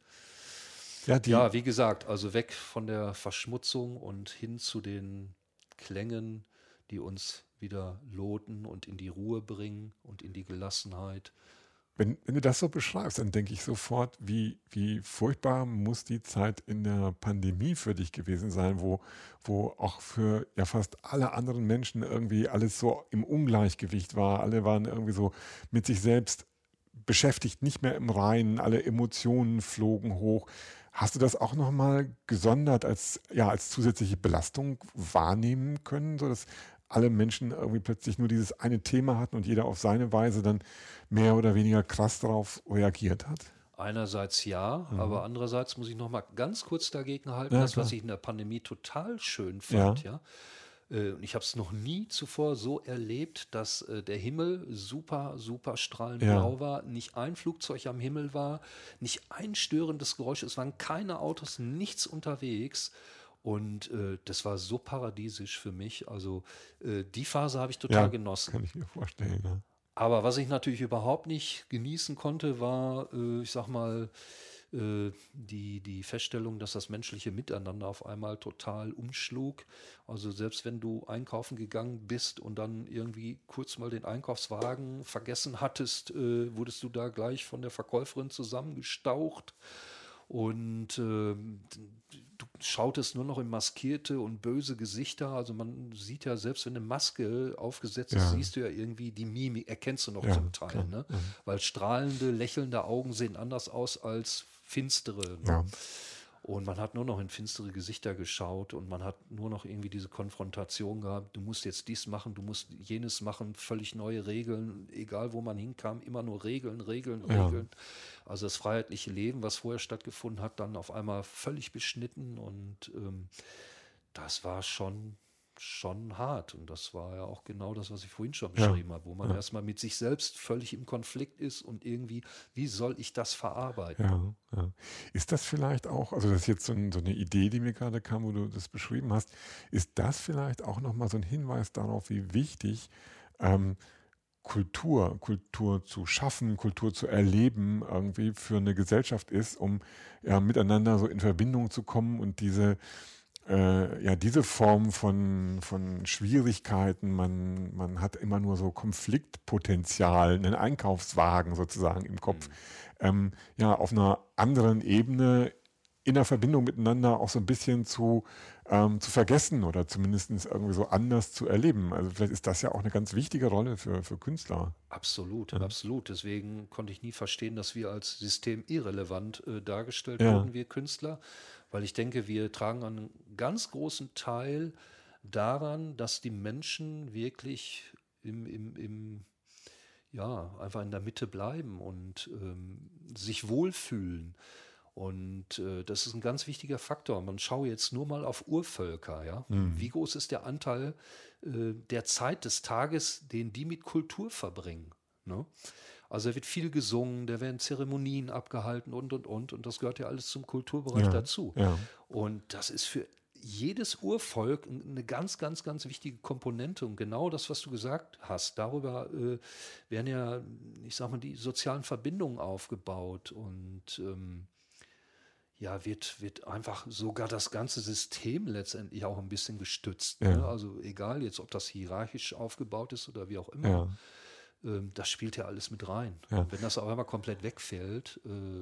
Speaker 1: Ja, die,
Speaker 2: Ja, wie gesagt, also weg von der Verschmutzung und hin zu den Klängen, die uns wieder loten und in die Ruhe bringen und in die Gelassenheit.
Speaker 1: wenn du das so beschreibst, dann denke ich sofort, wie furchtbar muss die Zeit in der Pandemie für dich gewesen sein, wo auch für ja fast alle anderen Menschen irgendwie alles so im Ungleichgewicht war. Alle waren irgendwie so mit sich selbst beschäftigt, nicht mehr im Reinen, alle Emotionen flogen hoch. Hast du das auch nochmal gesondert als zusätzliche Belastung wahrnehmen können, sodass alle Menschen irgendwie plötzlich nur dieses eine Thema hatten und jeder auf seine Weise dann mehr oder weniger krass darauf reagiert hat?
Speaker 2: Einerseits ja,
Speaker 1: Mhm.
Speaker 2: aber andererseits muss ich noch mal ganz kurz dagegen halten,
Speaker 1: Ja,
Speaker 2: das, was
Speaker 1: klar.
Speaker 2: ich in der Pandemie total schön
Speaker 1: Ja,
Speaker 2: fand, ja. Und ich habe es noch nie zuvor so erlebt, dass der Himmel super, super strahlend
Speaker 1: ja,
Speaker 2: blau war, nicht ein Flugzeug am Himmel war, nicht ein störendes Geräusch, es waren keine Autos, nichts unterwegs. Und das war so paradiesisch für mich. Also die Phase habe ich total
Speaker 1: ja,
Speaker 2: genossen.
Speaker 1: kann ich mir vorstellen. Ja.
Speaker 2: Aber was ich natürlich überhaupt nicht genießen konnte, war, ich sag mal, die Feststellung, dass das menschliche Miteinander auf einmal total umschlug. Also selbst wenn du einkaufen gegangen bist und dann irgendwie kurz mal den Einkaufswagen vergessen hattest, wurdest du da gleich von der Verkäuferin zusammengestaucht. Und du schautest nur noch in maskierte und böse Gesichter. Also man sieht ja, selbst wenn eine Maske aufgesetzt ist,
Speaker 1: Ja,
Speaker 2: siehst du ja irgendwie die Mimik, erkennst du noch
Speaker 1: ja,
Speaker 2: zum Teil.
Speaker 1: klar.
Speaker 2: Ne?
Speaker 1: Mhm.
Speaker 2: Weil strahlende, lächelnde Augen sehen anders aus als finstere. Ne?
Speaker 1: Ja,
Speaker 2: Und man hat nur noch in finstere Gesichter geschaut und man hat nur noch irgendwie diese Konfrontation gehabt, du musst jetzt dies machen, du musst jenes machen, völlig neue Regeln, egal wo man hinkam, immer nur Regeln, Regeln,
Speaker 1: ja,
Speaker 2: Regeln. Also das freiheitliche Leben, was vorher stattgefunden hat, dann auf einmal völlig beschnitten und das war schon hart. Und das war ja auch genau das, was ich vorhin schon
Speaker 1: ja,
Speaker 2: beschrieben habe, wo man
Speaker 1: ja,
Speaker 2: erstmal mit sich selbst völlig im Konflikt ist und irgendwie, wie soll ich das verarbeiten?
Speaker 1: ja, ja. Ist das vielleicht auch, also das ist jetzt so eine Idee, die mir gerade kam, wo du das beschrieben hast, ist das vielleicht auch nochmal so ein Hinweis darauf, wie wichtig ähm, Kultur zu schaffen, Kultur zu erleben, irgendwie für eine Gesellschaft ist, um ja, miteinander so in Verbindung zu kommen und diese Form von Schwierigkeiten, man hat immer nur so Konfliktpotenzial, einen Einkaufswagen sozusagen im Kopf, ja, auf einer anderen Ebene in der Verbindung miteinander auch so ein bisschen zu vergessen oder zumindest irgendwie so anders zu erleben. Also vielleicht ist das ja auch eine ganz wichtige Rolle für Künstler.
Speaker 2: Absolut,
Speaker 1: Ja,
Speaker 2: absolut. Deswegen konnte ich nie verstehen, dass wir als systemirrelevant dargestellt
Speaker 1: ja,
Speaker 2: wurden, wir Künstler, weil ich denke, wir tragen einen ganz großen Teil daran, dass die Menschen wirklich ja, einfach in der Mitte bleiben und sich wohlfühlen. Und das ist ein ganz wichtiger Faktor. Man schaue jetzt nur mal auf Urvölker, ja. Wie groß ist der Anteil der Zeit des Tages, den die mit Kultur verbringen? Ne? Also da wird viel gesungen, da werden Zeremonien abgehalten und. Und das gehört ja alles zum Kulturbereich
Speaker 1: ja,
Speaker 2: dazu.
Speaker 1: ja,
Speaker 2: Und das ist für jedes Urvolk eine ganz, ganz, ganz wichtige Komponente. Und genau das, was du gesagt hast, darüber werden ja, ich sag mal, die sozialen Verbindungen aufgebaut und ja, wird einfach sogar das ganze System letztendlich auch ein bisschen gestützt. Ne?
Speaker 1: ja,
Speaker 2: Also egal jetzt, ob das hierarchisch aufgebaut ist oder wie auch immer,
Speaker 1: ja,
Speaker 2: das spielt ja alles mit rein.
Speaker 1: ja.
Speaker 2: Und wenn das auch einmal komplett wegfällt,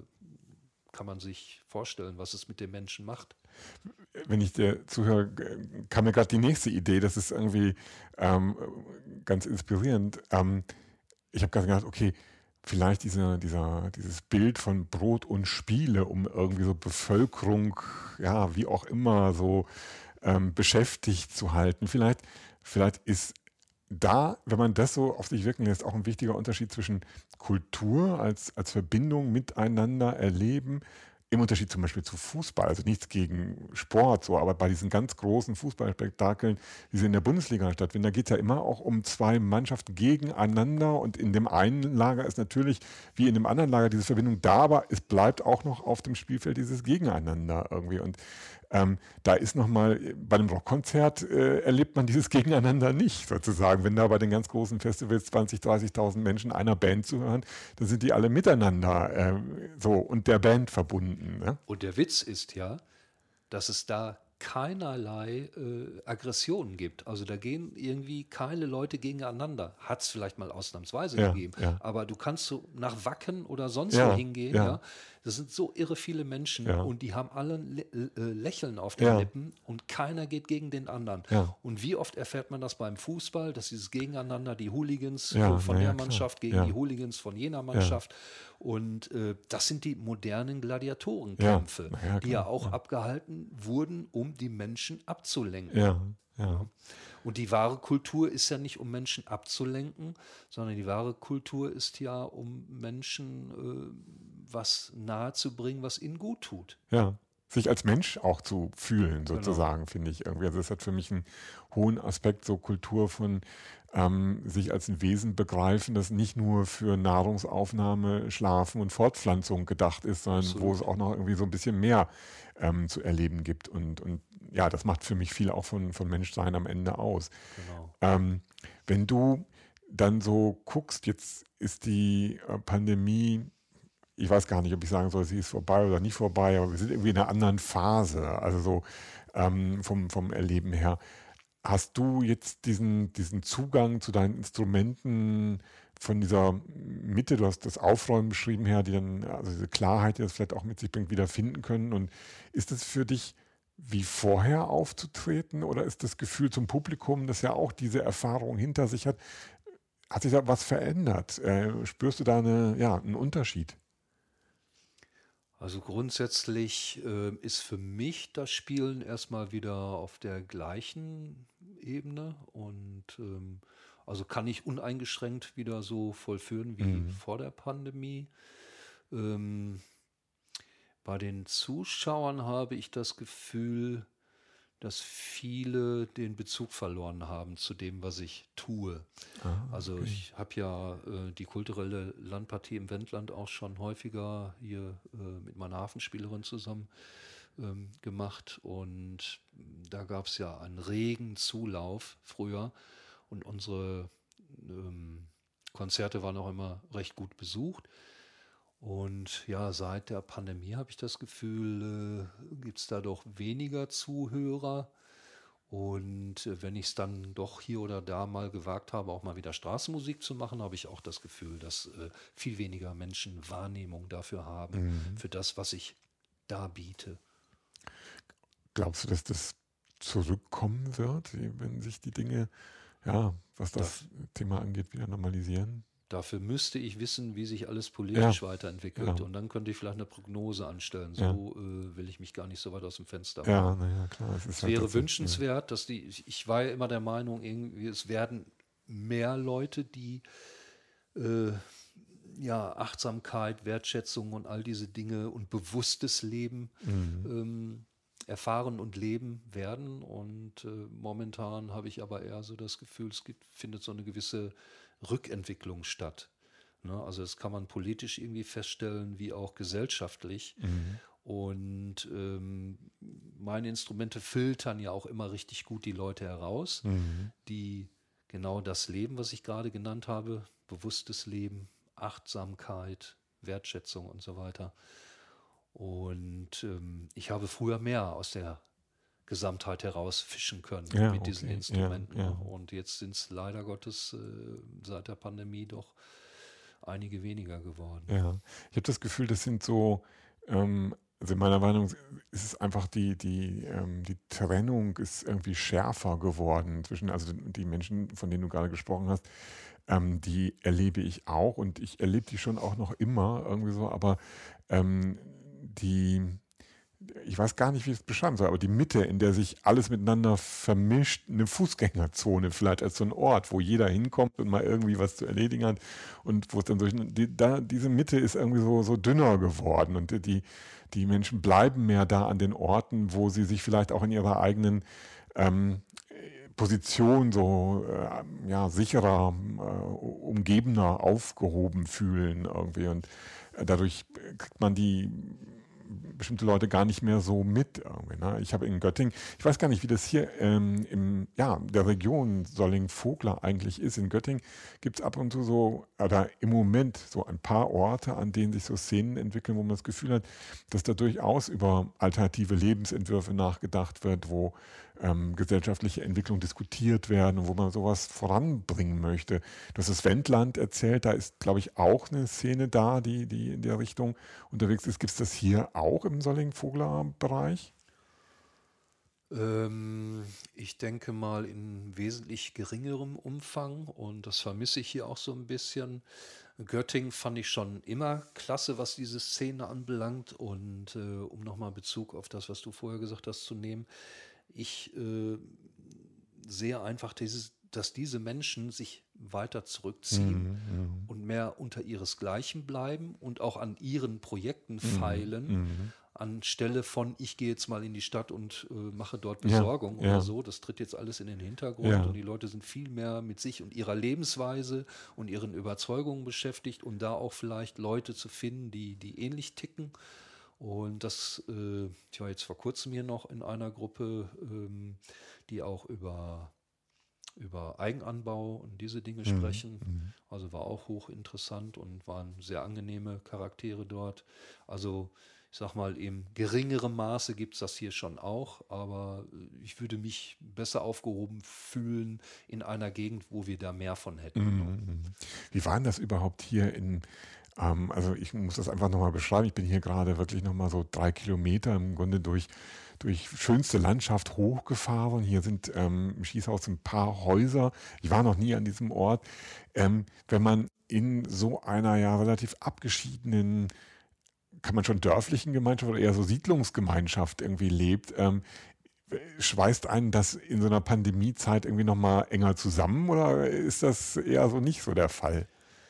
Speaker 2: kann man sich vorstellen, was es mit dem Menschen macht.
Speaker 1: Wenn ich dir zuhöre, kam mir gerade die nächste Idee, das ist irgendwie ähm, ganz inspirierend. Ich habe gerade gedacht, okay, vielleicht dieses Bild von Brot und Spiele, um irgendwie so Bevölkerung, ja, wie auch immer, so beschäftigt zu halten. Vielleicht ist da, wenn man das so auf sich wirken lässt, auch ein wichtiger Unterschied zwischen Kultur als Verbindung miteinander erleben, im Unterschied zum Beispiel zu Fußball, also nichts gegen Sport, so, aber bei diesen ganz großen Fußballspektakeln, die sie in der Bundesliga stattfinden, da geht es ja immer auch um zwei Mannschaften gegeneinander und in dem einen Lager ist natürlich wie in dem anderen Lager diese Verbindung da, aber es bleibt auch noch auf dem Spielfeld dieses Gegeneinander irgendwie und da ist nochmal, bei einem Rockkonzert erlebt man dieses Gegeneinander nicht, sozusagen. Wenn da bei den ganz großen Festivals 20.000, 30.000 Menschen einer Band zuhören, dann sind die alle miteinander so und der Band verbunden. Ne?
Speaker 2: Und der Witz ist ja, dass es da keinerlei Aggressionen gibt. Also da gehen irgendwie keine Leute gegeneinander. Hat es vielleicht mal ausnahmsweise
Speaker 1: Ja,
Speaker 2: gegeben.
Speaker 1: ja,
Speaker 2: Aber du kannst so nach Wacken oder sonst wo
Speaker 1: ja,
Speaker 2: hingehen,
Speaker 1: ja,
Speaker 2: ja. Das sind so irre viele Menschen
Speaker 1: ja,
Speaker 2: und die haben alle ein Lächeln auf den
Speaker 1: ja,
Speaker 2: Lippen und keiner geht gegen den anderen.
Speaker 1: ja,
Speaker 2: Und wie oft erfährt man das beim Fußball, dass dieses Gegeneinander, die Hooligans
Speaker 1: ja,
Speaker 2: von
Speaker 1: naja,
Speaker 2: der
Speaker 1: klar.
Speaker 2: Mannschaft gegen die
Speaker 1: Ja,
Speaker 2: Hooligans von jener
Speaker 1: ja,
Speaker 2: Mannschaft. Und das sind die modernen
Speaker 1: ja,
Speaker 2: Gladiatorenkämpfe,
Speaker 1: naja,
Speaker 2: die ja
Speaker 1: klar.
Speaker 2: auch abgehalten wurden, um die Menschen abzulenken.
Speaker 1: Ja, ja,
Speaker 2: Ja. Und die wahre Kultur ist ja nicht, um Menschen abzulenken, sondern die wahre Kultur ist ja, um Menschen was nahezubringen, was ihnen gut tut.
Speaker 1: ja. Sich als Mensch auch zu fühlen,
Speaker 2: Genau.
Speaker 1: sozusagen, finde ich irgendwie. Also es hat für mich einen hohen Aspekt, so Kultur von sich als ein Wesen begreifen, das nicht nur für Nahrungsaufnahme, Schlafen und Fortpflanzung gedacht ist, sondern wo es
Speaker 2: Absolut.
Speaker 1: auch noch irgendwie so ein bisschen mehr zu erleben gibt. Und ja, das macht für mich viel auch von Menschsein am Ende aus.
Speaker 2: Genau.
Speaker 1: Ähm, wenn du dann so guckst, jetzt ist die Pandemie, ich weiß gar nicht, ob ich sagen soll, sie ist vorbei oder nicht vorbei, aber wir sind irgendwie in einer anderen Phase, also so vom Erleben her. Hast du jetzt diesen Zugang zu deinen Instrumenten von dieser Mitte, du hast das Aufräumen beschrieben her, die dann, also diese Klarheit, die das vielleicht auch mit sich bringt, wieder finden können? Und ist es für dich wie vorher aufzutreten oder ist das Gefühl zum Publikum, das ja auch diese Erfahrung hinter sich hat sich da was verändert? Spürst du da einen Unterschied?
Speaker 2: Also grundsätzlich ist für mich das Spielen erstmal wieder auf der gleichen Ebene und also kann ich uneingeschränkt wieder so vollführen wie
Speaker 1: Mhm.
Speaker 2: vor der Pandemie. Ähm, Bei den Zuschauern habe ich das Gefühl, dass viele den Bezug verloren haben zu dem, was ich tue.
Speaker 1: Ah,
Speaker 2: Also
Speaker 1: okay.
Speaker 2: ich habe ja die kulturelle Landpartie im Wendland auch schon häufiger hier mit meiner Hafenspielerin zusammen gemacht und da gab es ja einen regen Zulauf früher und unsere ähm, Konzerte waren auch immer recht gut besucht. Und ja, seit der Pandemie habe ich das Gefühl, gibt es da doch weniger Zuhörer. Und wenn ich es dann doch hier oder da mal gewagt habe, auch mal wieder Straßenmusik zu machen, habe ich auch das Gefühl, dass viel weniger Menschen Wahrnehmung dafür haben,
Speaker 1: Mhm.
Speaker 2: für das, was ich da biete.
Speaker 1: Glaubst du, dass das zurückkommen wird, wenn sich die Dinge, ja, was das Thema angeht, wieder normalisieren?
Speaker 2: Dafür müsste ich wissen, wie sich alles
Speaker 1: Ja,
Speaker 2: politisch weiterentwickelt.
Speaker 1: ja,
Speaker 2: Und dann könnte ich vielleicht eine Prognose anstellen.
Speaker 1: ja,
Speaker 2: So will ich mich gar nicht so weit aus dem Fenster
Speaker 1: ja,
Speaker 2: wagen.
Speaker 1: naja, klar, es ist
Speaker 2: Es
Speaker 1: halt
Speaker 2: wäre
Speaker 1: tatsächlich, ja.
Speaker 2: wünschenswert, dass ich war ja immer der Meinung, irgendwie, es werden mehr Leute, die äh, ja, Achtsamkeit, Wertschätzung und all diese Dinge und bewusstes Leben
Speaker 1: Mhm.
Speaker 2: erfahren und leben werden. Und momentan habe ich aber eher so das Gefühl, findet so eine gewisse Rückentwicklung statt. Ne? Also das kann man politisch irgendwie feststellen, wie auch gesellschaftlich.
Speaker 1: Mhm.
Speaker 2: Und meine Instrumente filtern ja auch immer richtig gut die Leute heraus,
Speaker 1: Mhm.
Speaker 2: die genau das leben, was ich gerade genannt habe, bewusstes Leben, Achtsamkeit, Wertschätzung und so weiter. Und ich habe früher mehr aus der Gesamtheit heraus fischen können
Speaker 1: Ja,
Speaker 2: mit diesen
Speaker 1: okay, ja,
Speaker 2: Instrumenten. Ne?
Speaker 1: ja,
Speaker 2: Und jetzt sind es leider Gottes seit der Pandemie doch einige weniger geworden.
Speaker 1: ja. Ich habe das Gefühl, das sind so, also in meiner Meinung ist es einfach die Trennung ist irgendwie schärfer geworden zwischen, also die Menschen, von denen du gerade gesprochen hast, die erlebe ich auch und ich erlebe die schon auch noch immer irgendwie so, aber ähm, die, ich weiß gar nicht, wie ich es beschreiben soll, aber die Mitte, in der sich alles miteinander vermischt, eine Fußgängerzone vielleicht als so ein Ort, wo jeder hinkommt und mal irgendwie was zu erledigen hat und wo es dann diese Mitte ist irgendwie so dünner geworden und die Menschen bleiben mehr da an den Orten, wo sie sich vielleicht auch in ihrer eigenen ähm, Position so ja, sicherer, umgebener, aufgehoben fühlen irgendwie und dadurch kriegt man die bestimmte Leute gar nicht mehr so mit irgendwie. Ne? Ich habe in Göttingen, ich weiß gar nicht, wie das hier der Region Solling-Vogler eigentlich ist. In Göttingen gibt es ab und zu so, oder im Moment so ein paar Orte, an denen sich so Szenen entwickeln, wo man das Gefühl hat, dass da durchaus über alternative Lebensentwürfe nachgedacht wird, wo gesellschaftliche Entwicklung diskutiert werden und wo man sowas voranbringen möchte. Du hast das Wendland erzählt, da ist, glaube ich, auch eine Szene da, die in der Richtung unterwegs ist. Gibt es das hier auch im Solling-Vogler-Bereich?
Speaker 2: Ich denke mal in wesentlich geringerem Umfang und das vermisse ich hier auch so ein bisschen. Göttingen fand ich schon immer klasse, was diese Szene anbelangt und um nochmal Bezug auf das, was du vorher gesagt hast, zu nehmen. Ich sehe einfach dass diese Menschen sich weiter zurückziehen
Speaker 1: Mhm,
Speaker 2: und mehr unter ihresgleichen bleiben und auch an ihren Projekten
Speaker 1: mhm,
Speaker 2: feilen,
Speaker 1: mhm.
Speaker 2: anstelle von, ich gehe jetzt mal in die Stadt und mache dort
Speaker 1: Ja,
Speaker 2: Besorgung oder
Speaker 1: ja,
Speaker 2: so. Das tritt jetzt alles in den Hintergrund und
Speaker 1: ja,
Speaker 2: die Leute sind viel mehr mit sich und ihrer Lebensweise und ihren Überzeugungen beschäftigt und da auch vielleicht Leute zu finden, die ähnlich ticken. Und ich war jetzt vor kurzem hier noch in einer Gruppe, die auch über Eigenanbau und diese Dinge
Speaker 1: mhm,
Speaker 2: sprechen.
Speaker 1: mhm.
Speaker 2: Also war auch hochinteressant und waren sehr angenehme Charaktere dort. Also ich sag mal, im geringeren Maße gibt es das hier schon auch, aber ich würde mich besser aufgehoben fühlen in einer Gegend, wo wir da mehr von hätten. Ne?
Speaker 1: Mhm. Wie war denn das überhaupt hier also ich muss das einfach nochmal beschreiben, ich bin hier gerade wirklich nochmal so 3 Kilometer im Grunde durch schönste Landschaft hochgefahren. Hier sind im Schießhaus ein paar Häuser. Ich war noch nie an diesem Ort. Wenn man in so einer ja relativ abgeschiedenen, kann man schon dörflichen Gemeinschaft oder eher so Siedlungsgemeinschaft irgendwie lebt, schweißt einen das in so einer Pandemiezeit irgendwie nochmal enger zusammen oder ist das eher so nicht so der Fall?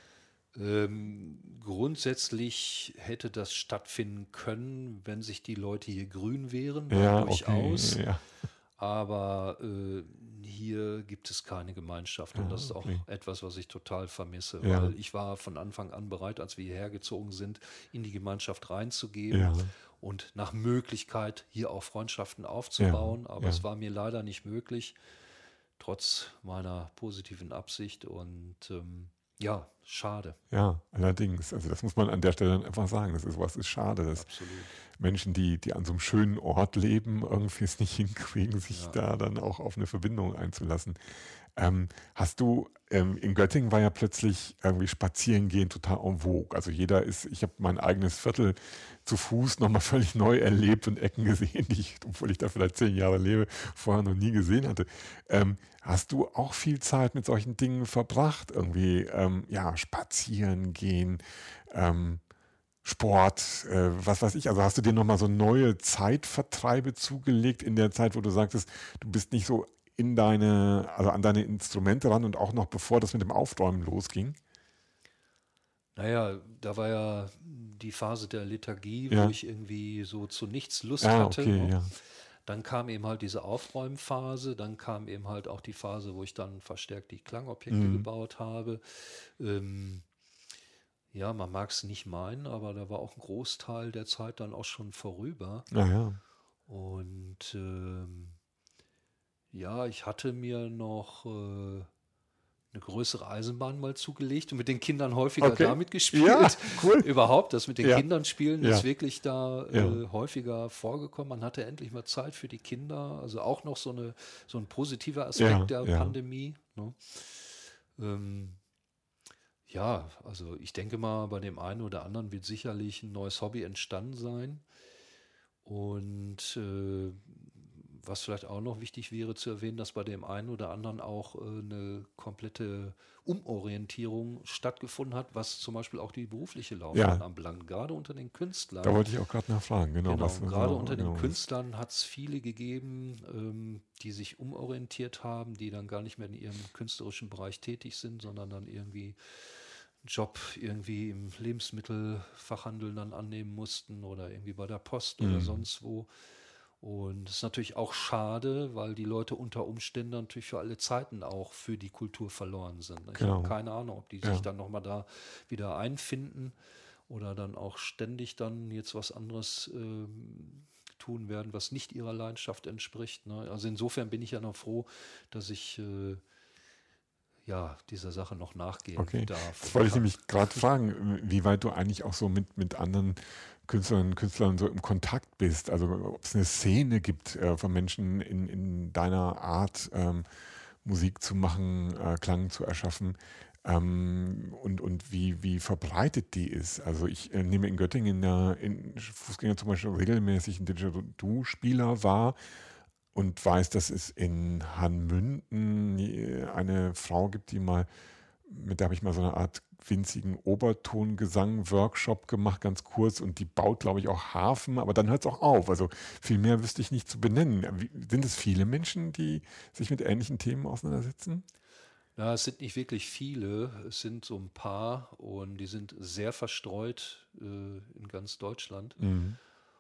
Speaker 2: Grundsätzlich hätte das stattfinden können, wenn sich die Leute hier grün wären, da
Speaker 1: Ja, okay,
Speaker 2: durchaus.
Speaker 1: ja,
Speaker 2: Aber hier gibt es keine Gemeinschaft und
Speaker 1: ja,
Speaker 2: das ist
Speaker 1: okay.
Speaker 2: auch etwas, was ich total vermisse,
Speaker 1: Ja,
Speaker 2: weil ich war von Anfang an bereit, als wir hierher gezogen sind, in die Gemeinschaft reinzugeben
Speaker 1: ja,
Speaker 2: und nach Möglichkeit hier auch Freundschaften
Speaker 1: ja,
Speaker 2: aufzubauen. Aber
Speaker 1: ja.
Speaker 2: es war mir leider nicht möglich, trotz meiner positiven Absicht. Und Ja, schade,
Speaker 1: Ja, allerdings. Also das muss man an der Stelle dann einfach sagen. Das ist sowas ist schade, dass
Speaker 2: absolut.
Speaker 1: Menschen, die an so einem schönen Ort leben, irgendwie es nicht hinkriegen, sich
Speaker 2: Ja.
Speaker 1: da dann auch auf eine Verbindung einzulassen. Hast du, in Göttingen war ja plötzlich irgendwie Spazierengehen total en vogue. Also ich habe mein eigenes Viertel zu Fuß nochmal völlig neu erlebt und Ecken gesehen, die ich, obwohl ich da vielleicht 10 Jahre lebe, vorher noch nie gesehen hatte. Hast du auch viel Zeit mit solchen Dingen verbracht? Irgendwie, ja, spazieren gehen, ähm, Sport, was weiß ich. Also hast du dir nochmal so neue Zeitvertreibe zugelegt in der Zeit, wo du sagtest, du bist nicht so also an deine Instrumente ran und auch noch bevor das mit dem Aufräumen losging?
Speaker 2: Naja, da war ja die Phase der Lethargie, wo
Speaker 1: Ja.
Speaker 2: ich irgendwie so zu nichts Lust
Speaker 1: Ah,
Speaker 2: hatte,
Speaker 1: okay,
Speaker 2: ne?
Speaker 1: ja.
Speaker 2: Dann kam eben halt diese Aufräumphase, dann kam eben halt auch die Phase, wo ich dann verstärkt die Klangobjekte
Speaker 1: Mhm.
Speaker 2: gebaut habe. Ähm, ja, man mag es nicht meinen, aber da war auch ein Großteil der Zeit dann auch schon vorüber.
Speaker 1: Naja,
Speaker 2: Und ja, ich hatte mir noch eine größere Eisenbahn mal zugelegt und mit den Kindern häufiger
Speaker 1: okay.
Speaker 2: damit
Speaker 1: Ja,
Speaker 2: gespielt.
Speaker 1: cool.
Speaker 2: Überhaupt, das mit den
Speaker 1: Ja,
Speaker 2: Kindern spielen ist
Speaker 1: ja,
Speaker 2: wirklich da
Speaker 1: ja,
Speaker 2: häufiger vorgekommen. Man hatte endlich mal Zeit für die Kinder. Also auch noch so ein positiver
Speaker 1: ja,
Speaker 2: Aspekt der
Speaker 1: ja.
Speaker 2: Pandemie. Ne? Ähm, ja, also ich denke mal, bei dem einen oder anderen wird sicherlich ein neues Hobby entstanden sein. Und was vielleicht auch noch wichtig wäre zu erwähnen, dass bei dem einen oder anderen auch eine komplette Umorientierung stattgefunden hat, was zum Beispiel auch die berufliche Laufbahn
Speaker 1: Ja,
Speaker 2: anbelangt. Gerade unter den
Speaker 1: da
Speaker 2: Künstlern,
Speaker 1: wollte ich auch gerade nachfragen, genau,
Speaker 2: genau,
Speaker 1: was
Speaker 2: gerade
Speaker 1: genau,
Speaker 2: unter den
Speaker 1: genau was.
Speaker 2: Künstlern hat es viele gegeben, die sich umorientiert haben, die dann gar nicht mehr in ihrem künstlerischen Bereich tätig sind, sondern dann irgendwie einen Job irgendwie im Lebensmittelfachhandel dann annehmen mussten oder irgendwie bei der Post oder
Speaker 1: Mhm.
Speaker 2: sonst wo. Und es ist natürlich auch schade, weil die Leute unter Umständen natürlich für alle Zeiten auch für die Kultur verloren sind. Ich habe
Speaker 1: Genau,
Speaker 2: keine Ahnung, ob die sich
Speaker 1: ja.
Speaker 2: dann nochmal da wieder einfinden oder dann auch ständig dann jetzt was anderes tun werden, was nicht ihrer Leidenschaft entspricht. Ne? Also insofern bin ich ja noch froh, dass ich ja dieser Sache noch nachgehen
Speaker 1: Okay,
Speaker 2: darf
Speaker 1: das
Speaker 2: und
Speaker 1: wollte ich
Speaker 2: kann.
Speaker 1: nämlich gerade fragen, wie weit du eigentlich auch so mit anderen Künstlerinnen und Künstlern so im Kontakt bist. Also ob es eine Szene gibt von Menschen in deiner Art, Musik zu machen, Klang zu erschaffen, und wie verbreitet die ist. Also ich nehme in Göttingen in Fußgänger zum Beispiel regelmäßig einen Didgeridoo-Spieler wahr und weiß, dass es in Hanmünden eine Frau gibt, mit der habe ich mal so eine Art winzigen Obertongesang-Workshop gemacht, ganz kurz, und die baut, glaube ich, auch Harfen, aber dann hört es auch auf. Also viel mehr wüsste ich nicht zu benennen. Sind es viele Menschen, die sich mit ähnlichen Themen auseinandersetzen?
Speaker 2: Ja, es sind nicht wirklich viele, es sind so ein paar und die sind sehr verstreut in ganz Deutschland.
Speaker 1: Mhm.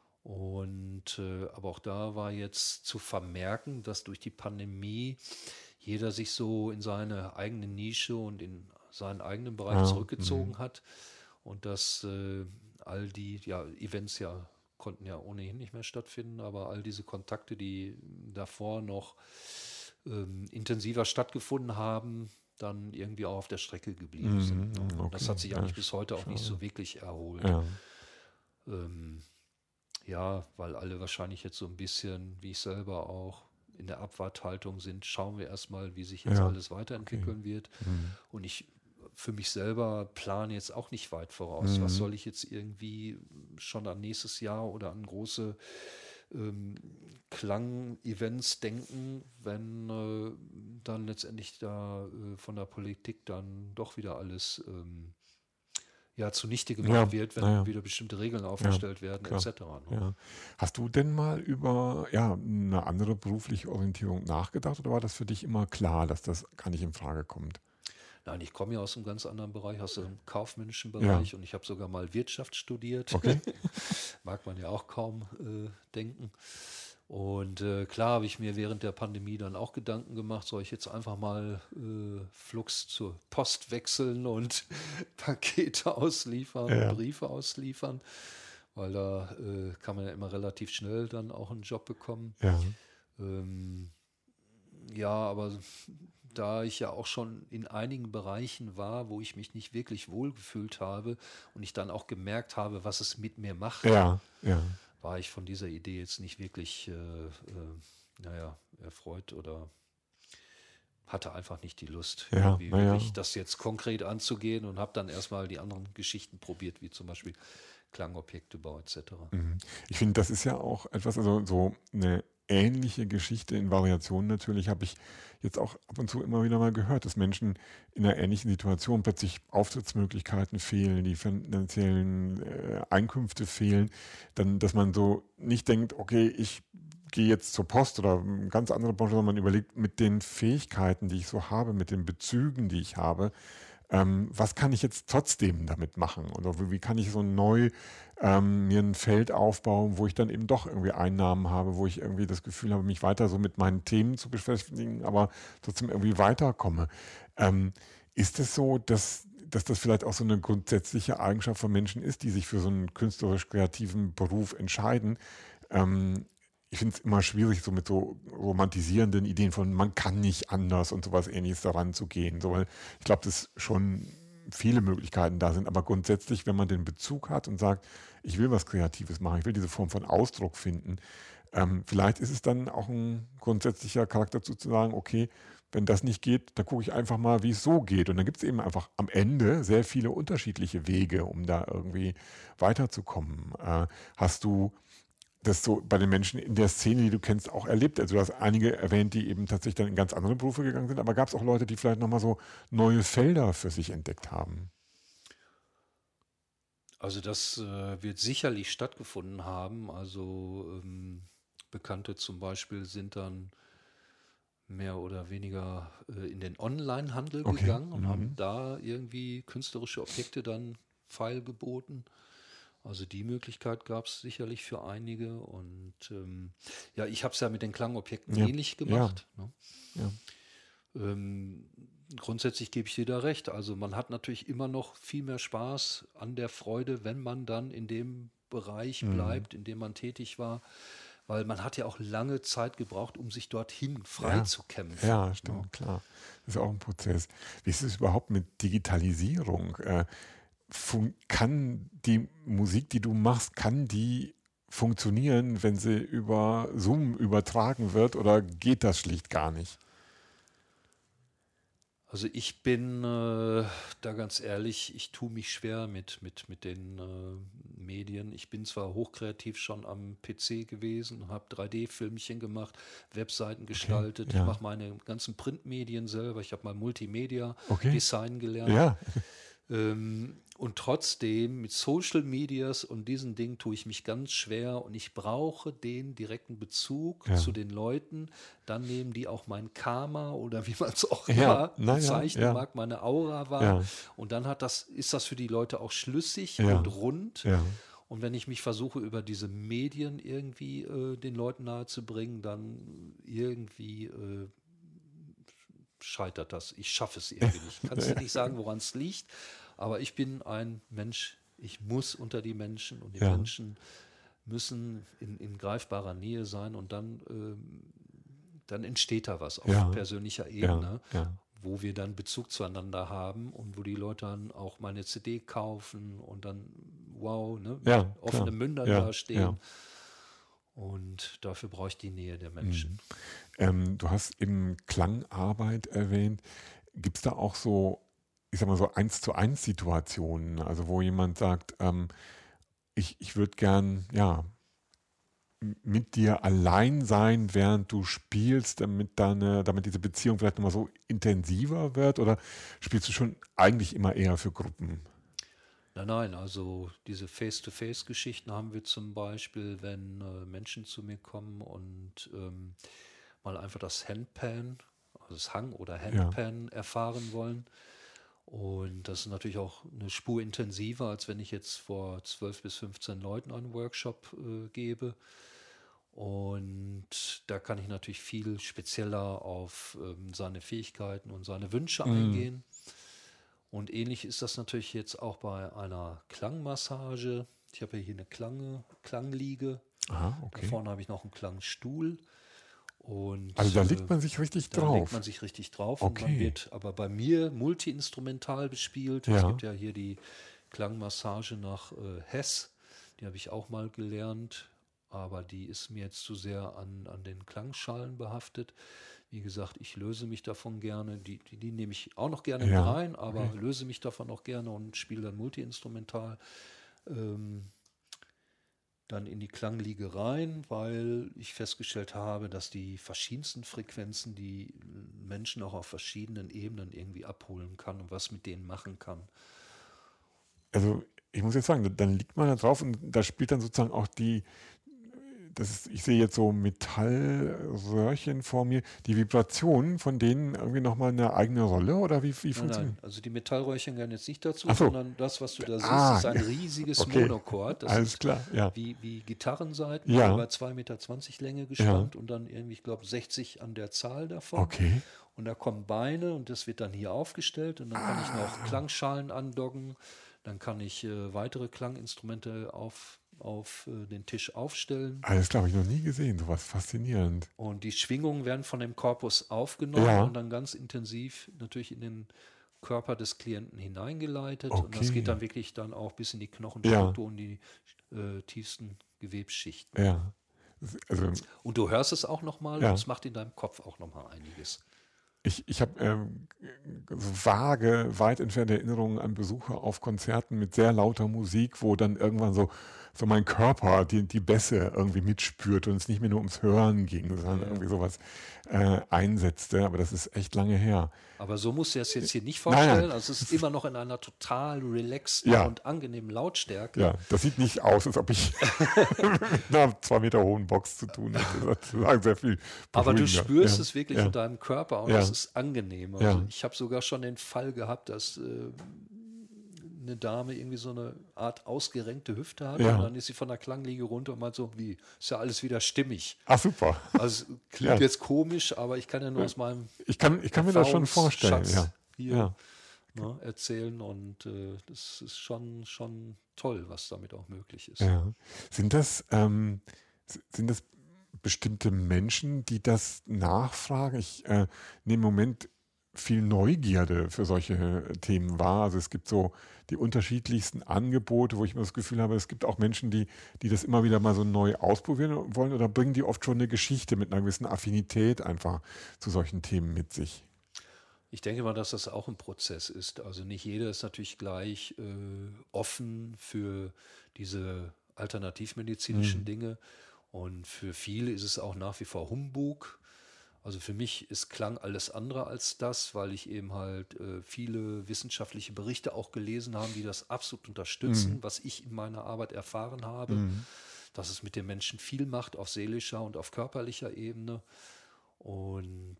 Speaker 2: Und aber auch da war jetzt zu vermerken, dass durch die Pandemie jeder sich so in seine eigene Nische und in seinen eigenen Bereich
Speaker 1: Ja, mhm.
Speaker 2: zurückgezogen hat und dass all die ja, Events ja konnten ja ohnehin nicht mehr stattfinden, aber all diese Kontakte, die davor noch intensiver stattgefunden haben, dann irgendwie auch auf der Strecke geblieben sind. Ne?
Speaker 1: Mhm.
Speaker 2: Und das hat
Speaker 1: Okay,
Speaker 2: sich
Speaker 1: ja,
Speaker 2: eigentlich bis heute auch nicht
Speaker 1: schade.
Speaker 2: so wirklich erholt.
Speaker 1: Ja,
Speaker 2: Ähm, ja, weil alle wahrscheinlich jetzt so ein bisschen, wie ich selber auch, in der Abwarthaltung sind. Schauen wir erstmal, wie sich jetzt
Speaker 1: ja,
Speaker 2: alles
Speaker 1: okay.
Speaker 2: weiterentwickeln wird.
Speaker 1: Mhm.
Speaker 2: Und ich für mich selber plane jetzt auch nicht weit voraus. Was
Speaker 1: Mhm.
Speaker 2: soll ich jetzt irgendwie schon an nächstes Jahr oder an große ähm, Klang-Events denken, wenn dann letztendlich da von der Politik dann doch wieder alles ja, zunichte
Speaker 1: Ja,
Speaker 2: gemacht wird, wenn
Speaker 1: naja,
Speaker 2: wieder bestimmte Regeln
Speaker 1: ja,
Speaker 2: aufgestellt werden,
Speaker 1: klar.
Speaker 2: etc. Ne?
Speaker 1: Ja. Hast du denn mal über ja, eine andere berufliche Orientierung nachgedacht oder war das für dich immer klar, dass das gar nicht in Frage kommt?
Speaker 2: Nein, ich komme ja aus einem ganz anderen Bereich, aus dem kaufmännischen
Speaker 1: Ja,
Speaker 2: Bereich und ich habe sogar mal Wirtschaft studiert.
Speaker 1: okay.
Speaker 2: Mag man ja auch kaum denken. Und klar habe ich mir während der Pandemie dann auch Gedanken gemacht, soll ich jetzt einfach mal flugs zur Post wechseln und Pakete ausliefern und
Speaker 1: Ja,
Speaker 2: Briefe ausliefern, weil da kann man ja immer relativ schnell dann auch einen Job bekommen.
Speaker 1: ja.
Speaker 2: Ähm, Ja, aber da ich ja auch schon in einigen Bereichen war, wo ich mich nicht wirklich wohlgefühlt habe und ich dann auch gemerkt habe, was es mit mir macht,
Speaker 1: Ja, ja,
Speaker 2: war ich von dieser Idee jetzt nicht wirklich, erfreut oder hatte einfach nicht die Lust,
Speaker 1: ja,
Speaker 2: irgendwie wirklich
Speaker 1: naja.
Speaker 2: das jetzt konkret anzugehen und habe dann erstmal die anderen Geschichten probiert, wie zum Beispiel Klangobjektebau etc.
Speaker 1: Mhm. Ich finde, das ist ja auch etwas, also so eine ähnliche Geschichte in Variationen natürlich, habe ich jetzt auch ab und zu immer wieder mal gehört, dass Menschen in einer ähnlichen Situation plötzlich Auftrittsmöglichkeiten fehlen, die finanziellen Einkünfte fehlen, dann, dass man so nicht denkt, okay, ich gehe jetzt zur Post oder eine ganz andere Branche, sondern man überlegt, mit den Fähigkeiten, die ich so habe, mit den Bezügen, die ich habe, was kann ich jetzt trotzdem damit machen? Oder wie kann ich so neu mir ein Feld aufbauen, wo ich dann eben doch irgendwie Einnahmen habe, wo ich irgendwie das Gefühl habe, mich weiter so mit meinen Themen zu beschäftigen, aber trotzdem irgendwie weiterkomme. Ähm, ist es so, dass das vielleicht auch so eine grundsätzliche Eigenschaft von Menschen ist, die sich für so einen künstlerisch-kreativen Beruf entscheiden? Ähm, Ich finde es immer schwierig, so mit so romantisierenden Ideen von man kann nicht anders und sowas Ähnliches daran zu gehen. So, weil ich glaube, dass schon viele Möglichkeiten da sind. Aber grundsätzlich, wenn man den Bezug hat und sagt, ich will was Kreatives machen, ich will diese Form von Ausdruck finden, vielleicht ist es dann auch ein grundsätzlicher Charakterzug zu sagen, okay, wenn das nicht geht, dann gucke ich einfach mal, wie es so geht. Und dann gibt es eben einfach am Ende sehr viele unterschiedliche Wege, um da irgendwie weiterzukommen. Hast du das so bei den Menschen in der Szene, die du kennst, auch erlebt? Also du hast einige erwähnt, die eben tatsächlich dann in ganz andere Berufe gegangen sind, aber gab es auch Leute, die vielleicht nochmal so neue Felder für sich entdeckt haben?
Speaker 2: Also das wird sicherlich stattgefunden haben. Also Bekannte zum Beispiel sind dann mehr oder weniger in den Onlinehandel
Speaker 1: Okay.
Speaker 2: gegangen und haben
Speaker 1: Mhm.
Speaker 2: da irgendwie künstlerische Objekte dann feilgeboten. Also die Möglichkeit gab es sicherlich für einige. Und ja, ich habe es ja mit den Klangobjekten
Speaker 1: Ja,
Speaker 2: ähnlich
Speaker 1: ja,
Speaker 2: gemacht. Ne?
Speaker 1: ja.
Speaker 2: Ähm, grundsätzlich gebe ich dir da recht. Also man hat natürlich immer noch viel mehr Spaß an der Freude, wenn man dann in dem Bereich
Speaker 1: Mhm.
Speaker 2: bleibt, in dem man tätig war, weil man hat ja auch lange Zeit gebraucht, um sich dorthin frei
Speaker 1: Ja,
Speaker 2: zu kämpfen.
Speaker 1: ja,
Speaker 2: Ne?
Speaker 1: stimmt, klar. Das ist auch ein Prozess. Wie ist es überhaupt mit Digitalisierung? Kann die Musik, die du machst, kann die funktionieren, wenn sie über Zoom übertragen wird oder geht das schlicht gar nicht?
Speaker 2: Also ich bin da ganz ehrlich, ich tue mich schwer mit den Medien. Ich bin zwar hochkreativ schon am PC gewesen, habe 3D-Filmchen gemacht, Webseiten
Speaker 1: Okay,
Speaker 2: gestaltet, ich
Speaker 1: ja,
Speaker 2: mache meine ganzen Printmedien selber, ich habe mal
Speaker 1: okay,
Speaker 2: Multimedia-Design gelernt.
Speaker 1: ja,
Speaker 2: Und trotzdem mit Social Medias und diesen Dingen tue ich mich ganz schwer und ich brauche den direkten Bezug zu
Speaker 1: ja,
Speaker 2: den Leuten. Dann nehmen die auch mein Karma oder wie man es auch
Speaker 1: ja,
Speaker 2: immer
Speaker 1: naja,
Speaker 2: bezeichnen
Speaker 1: ja,
Speaker 2: mag, meine Aura wahr.
Speaker 1: ja,
Speaker 2: Und dann ist das für die Leute auch schlüssig und
Speaker 1: ja,
Speaker 2: rund.
Speaker 1: ja,
Speaker 2: Und wenn ich mich versuche, über diese Medien irgendwie den Leuten nahezubringen, dann irgendwie scheitert das. Ich schaffe es irgendwie nicht. Kannst dir nicht sagen, woran es liegt, aber ich bin ein Mensch, ich muss unter die Menschen und die
Speaker 1: ja,
Speaker 2: Menschen müssen in greifbarer Nähe sein und dann entsteht da was auf
Speaker 1: ja,
Speaker 2: persönlicher
Speaker 1: ja,
Speaker 2: Ebene,
Speaker 1: ja,
Speaker 2: wo wir dann Bezug zueinander haben und wo die Leute dann auch meine CD kaufen und dann, wow, ne, mit
Speaker 1: ja, klar,
Speaker 2: offenen Mündern
Speaker 1: ja,
Speaker 2: dastehen.
Speaker 1: ja.
Speaker 2: Und dafür brauche ich die Nähe der Menschen.
Speaker 1: Mhm. Du hast eben Klangarbeit erwähnt. Gibt es da auch so, ich sag mal so eins zu eins Situationen, also wo jemand sagt, ich würde gern, ja, mit dir allein sein, während du spielst, damit diese Beziehung vielleicht nochmal so intensiver wird? Oder spielst du schon eigentlich immer eher für Gruppen?
Speaker 2: Nein, nein, also diese Face-to-Face-Geschichten haben wir zum Beispiel, wenn Menschen zu mir kommen und mal einfach das Handpan, also das Hang- oder
Speaker 1: Ja,
Speaker 2: Handpan erfahren wollen. Und das ist natürlich auch eine Spur intensiver, als wenn ich jetzt vor 12 bis 15 Leuten einen Workshop gebe. Und da kann ich natürlich viel spezieller auf seine Fähigkeiten und seine Wünsche
Speaker 1: mm,
Speaker 2: eingehen. Und ähnlich ist das natürlich jetzt auch bei einer Klangmassage. Ich habe ja hier eine Klangliege.
Speaker 1: aha,
Speaker 2: Da
Speaker 1: okay.
Speaker 2: vorne habe ich noch einen Klangstuhl.
Speaker 1: Also
Speaker 2: Und
Speaker 1: da legt man sich richtig
Speaker 2: da legt
Speaker 1: drauf.
Speaker 2: man sich richtig drauf und man
Speaker 1: Okay.
Speaker 2: wird aber bei mir multi-instrumental bespielt. Es
Speaker 1: Ja,
Speaker 2: gibt ja hier die Klangmassage nach Hess, die habe ich auch mal gelernt, aber die ist mir jetzt zu sehr an den Klangschalen behaftet. Wie gesagt, ich löse mich davon gerne. Die nehme ich auch noch gerne mit
Speaker 1: ja,
Speaker 2: rein, aber
Speaker 1: okay.
Speaker 2: löse mich davon auch gerne und spiele dann multi-instrumental. Ähm, dann in die Klangliege rein, weil ich festgestellt habe, dass die verschiedensten Frequenzen die Menschen auch auf verschiedenen Ebenen irgendwie abholen kann und was mit denen machen kann.
Speaker 1: Also ich muss jetzt sagen, dann liegt man da drauf und da spielt dann sozusagen auch ich sehe jetzt so Metallröhrchen vor mir, die Vibrationen von denen irgendwie nochmal eine eigene Rolle oder wie
Speaker 2: Nein,
Speaker 1: funktioniert?
Speaker 2: nein, also die Metallröhrchen gehören jetzt nicht dazu,
Speaker 1: Ach so,
Speaker 2: sondern das, was du da siehst,
Speaker 1: ah,
Speaker 2: ist ein riesiges
Speaker 1: okay,
Speaker 2: Monochord. Das
Speaker 1: alles
Speaker 2: ist
Speaker 1: klar, ja,
Speaker 2: wie Gitarrensaiten, so
Speaker 1: ja,
Speaker 2: über 2,20 Meter Länge
Speaker 1: ja,
Speaker 2: gespannt und dann irgendwie, ich glaube, 60 an der Zahl davon.
Speaker 1: okay,
Speaker 2: Und da kommen Beine und das wird dann hier aufgestellt und dann kann ich noch
Speaker 1: ah,
Speaker 2: Klangschalen andocken, dann kann ich weitere Klanginstrumente auf den Tisch aufstellen
Speaker 1: alles klar, habe ich noch nie gesehen, sowas faszinierend.
Speaker 2: und die Schwingungen werden von dem Korpus aufgenommen
Speaker 1: Ja,
Speaker 2: und dann ganz intensiv natürlich in den Körper des Klienten hineingeleitet und das geht
Speaker 1: okay,
Speaker 2: dann wirklich dann auch bis in die
Speaker 1: ja,
Speaker 2: Knochenstruktur und die tiefsten Gewebsschichten.
Speaker 1: ja, also
Speaker 2: Und du hörst es auch nochmal und
Speaker 1: ja.
Speaker 2: es macht in deinem Kopf auch nochmal einiges.
Speaker 1: Ich habe so vage, weit entfernte Erinnerungen an Besuche auf Konzerten mit sehr lauter Musik, wo dann irgendwann so mein Körper die Bässe irgendwie mitspürt und es nicht mehr nur ums Hören ging, sondern
Speaker 2: Ja.
Speaker 1: irgendwie sowas einsetzte. Aber das ist echt lange her.
Speaker 2: Aber so musst du es jetzt hier nicht
Speaker 1: Nein,
Speaker 2: vorstellen.
Speaker 1: nein,
Speaker 2: Also es ist immer noch in einer total relaxten
Speaker 1: ja,
Speaker 2: und angenehmen Lautstärke.
Speaker 1: ja, das sieht nicht aus, als ob ich mit einer 2 Meter hohen Box zu tun hätte. Das ist sehr viel
Speaker 2: Aber du
Speaker 1: beruhigender.
Speaker 2: spürst
Speaker 1: Ja,
Speaker 2: es wirklich in
Speaker 1: ja,
Speaker 2: deinem Körper und das
Speaker 1: ja,
Speaker 2: ist angenehm. Also
Speaker 1: ja,
Speaker 2: ich habe sogar schon den Fall gehabt, dass eine Dame irgendwie so eine Art ausgerenkte Hüfte hat und
Speaker 1: ja.
Speaker 2: dann ist sie von der Klangliege runter und meint so, wie, ist ja alles wieder stimmig.
Speaker 1: Ach, super.
Speaker 2: Also es klingt
Speaker 1: Ja.
Speaker 2: jetzt komisch, aber ich kann ja nur aus meinem
Speaker 1: Ich kann mir das schon vorstellen,
Speaker 2: Erfahrungsschatz
Speaker 1: ja.
Speaker 2: hier
Speaker 1: Ja.
Speaker 2: erzählen und das ist schon toll, was damit auch möglich ist.
Speaker 1: Ja. Sind das, sind das bestimmte Menschen, die das nachfragen? Ich nehme im Moment viel Neugierde für solche Themen wahr. Also es gibt so die unterschiedlichsten Angebote, wo ich immer das Gefühl habe, es gibt auch Menschen, die das immer wieder mal so neu ausprobieren wollen oder bringen die oft schon eine Geschichte mit einer gewissen Affinität einfach zu solchen Themen mit sich.
Speaker 2: Ich denke mal, dass das auch ein Prozess ist. Also nicht jeder ist natürlich gleich offen für diese alternativmedizinischen
Speaker 1: Mhm.
Speaker 2: Dinge. Und für viele ist es auch nach wie vor Humbug. Also für mich ist Klang alles andere als das, weil ich eben halt viele wissenschaftliche Berichte auch gelesen habe, die das absolut unterstützen,
Speaker 1: Mhm.
Speaker 2: was ich in meiner Arbeit erfahren habe,
Speaker 1: Mhm.
Speaker 2: dass es mit den Menschen viel macht auf seelischer und auf körperlicher Ebene. Und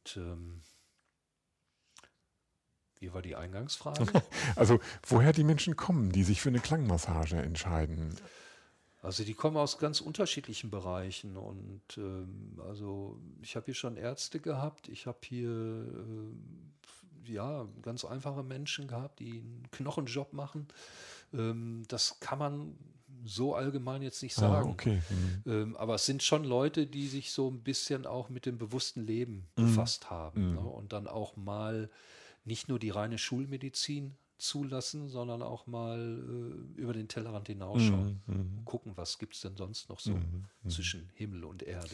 Speaker 2: wie war die Eingangsfrage?
Speaker 1: Also woher die Menschen kommen, die sich für eine Klangmassage entscheiden.
Speaker 2: Also die kommen aus ganz unterschiedlichen Bereichen und also ich habe hier schon Ärzte gehabt, ich habe hier ja ganz einfache Menschen gehabt, die einen Knochenjob machen. Das kann man so allgemein jetzt nicht
Speaker 1: Ah,
Speaker 2: sagen.
Speaker 1: okay. Mhm.
Speaker 2: Aber es sind schon Leute, die sich so ein bisschen auch mit dem bewussten Leben
Speaker 1: Mhm.
Speaker 2: befasst haben, ne?
Speaker 1: Mhm.
Speaker 2: Und dann auch mal nicht nur die reine Schulmedizin zulassen, sondern auch mal über den Tellerrand hinausschauen
Speaker 1: Mhm.
Speaker 2: und
Speaker 1: Mhm.
Speaker 2: gucken, was gibt es denn sonst noch so
Speaker 1: Mhm. Mhm.
Speaker 2: zwischen Himmel und Erde.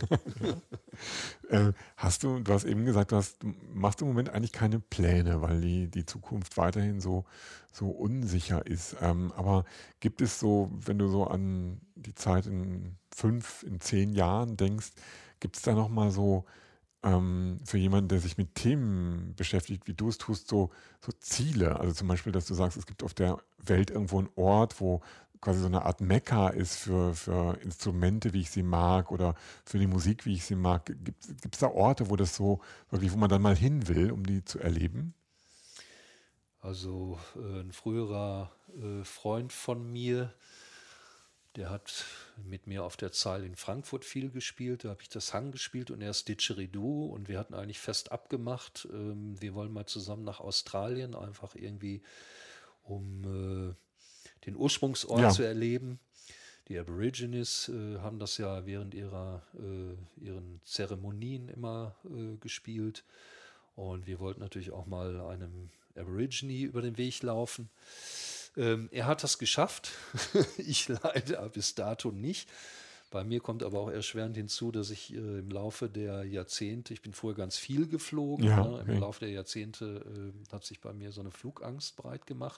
Speaker 1: Du hast eben gesagt, du machst im Moment eigentlich keine Pläne, weil die Zukunft weiterhin so unsicher ist. Aber gibt es so, wenn du so an die Zeit in 5, in 10 Jahren denkst, gibt es da nochmal so für jemanden, der sich mit Themen beschäftigt, wie du es tust, so Ziele? Also zum Beispiel, dass du sagst, es gibt auf der Welt irgendwo einen Ort, wo quasi so eine Art Mekka ist für Instrumente, wie ich sie mag, oder für die Musik, wie ich sie mag. Gibt es da Orte, wo das so wirklich, wo man dann mal hin will, um die zu erleben?
Speaker 2: Also ein früherer Freund von mir, der hat mit mir auf der Zeil in Frankfurt viel gespielt. Da habe ich das Hang gespielt und er ist Didgeridoo. Und wir hatten eigentlich fest abgemacht, wir wollen mal zusammen nach Australien, einfach irgendwie, um den Ursprungsort
Speaker 1: Ja,
Speaker 2: zu erleben. Die Aborigines haben das ja während ihren Zeremonien immer gespielt. Und wir wollten natürlich auch mal einem Aborigine über den Weg laufen. Er hat das geschafft. Ich leider bis dato nicht. Bei mir kommt aber auch erschwerend hinzu, dass ich im Laufe der Jahrzehnte, ich bin vorher ganz viel geflogen,
Speaker 1: Ja,
Speaker 2: ne? Im
Speaker 1: okay.
Speaker 2: Laufe der Jahrzehnte hat sich bei mir so eine Flugangst breit gemacht.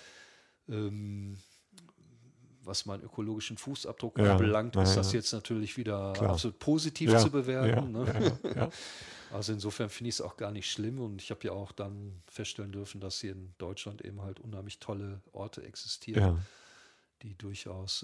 Speaker 2: Ähm, Was meinen ökologischen Fußabdruck
Speaker 1: Ja,
Speaker 2: anbelangt, ist das
Speaker 1: naja,
Speaker 2: jetzt natürlich wieder
Speaker 1: klar.
Speaker 2: absolut positiv
Speaker 1: Ja,
Speaker 2: zu
Speaker 1: ja,
Speaker 2: bewerten. Ne?
Speaker 1: ja.
Speaker 2: Also insofern finde ich es auch gar nicht schlimm und ich habe ja auch dann feststellen dürfen, dass hier in Deutschland eben halt unheimlich tolle Orte existieren,
Speaker 1: Ja.
Speaker 2: die durchaus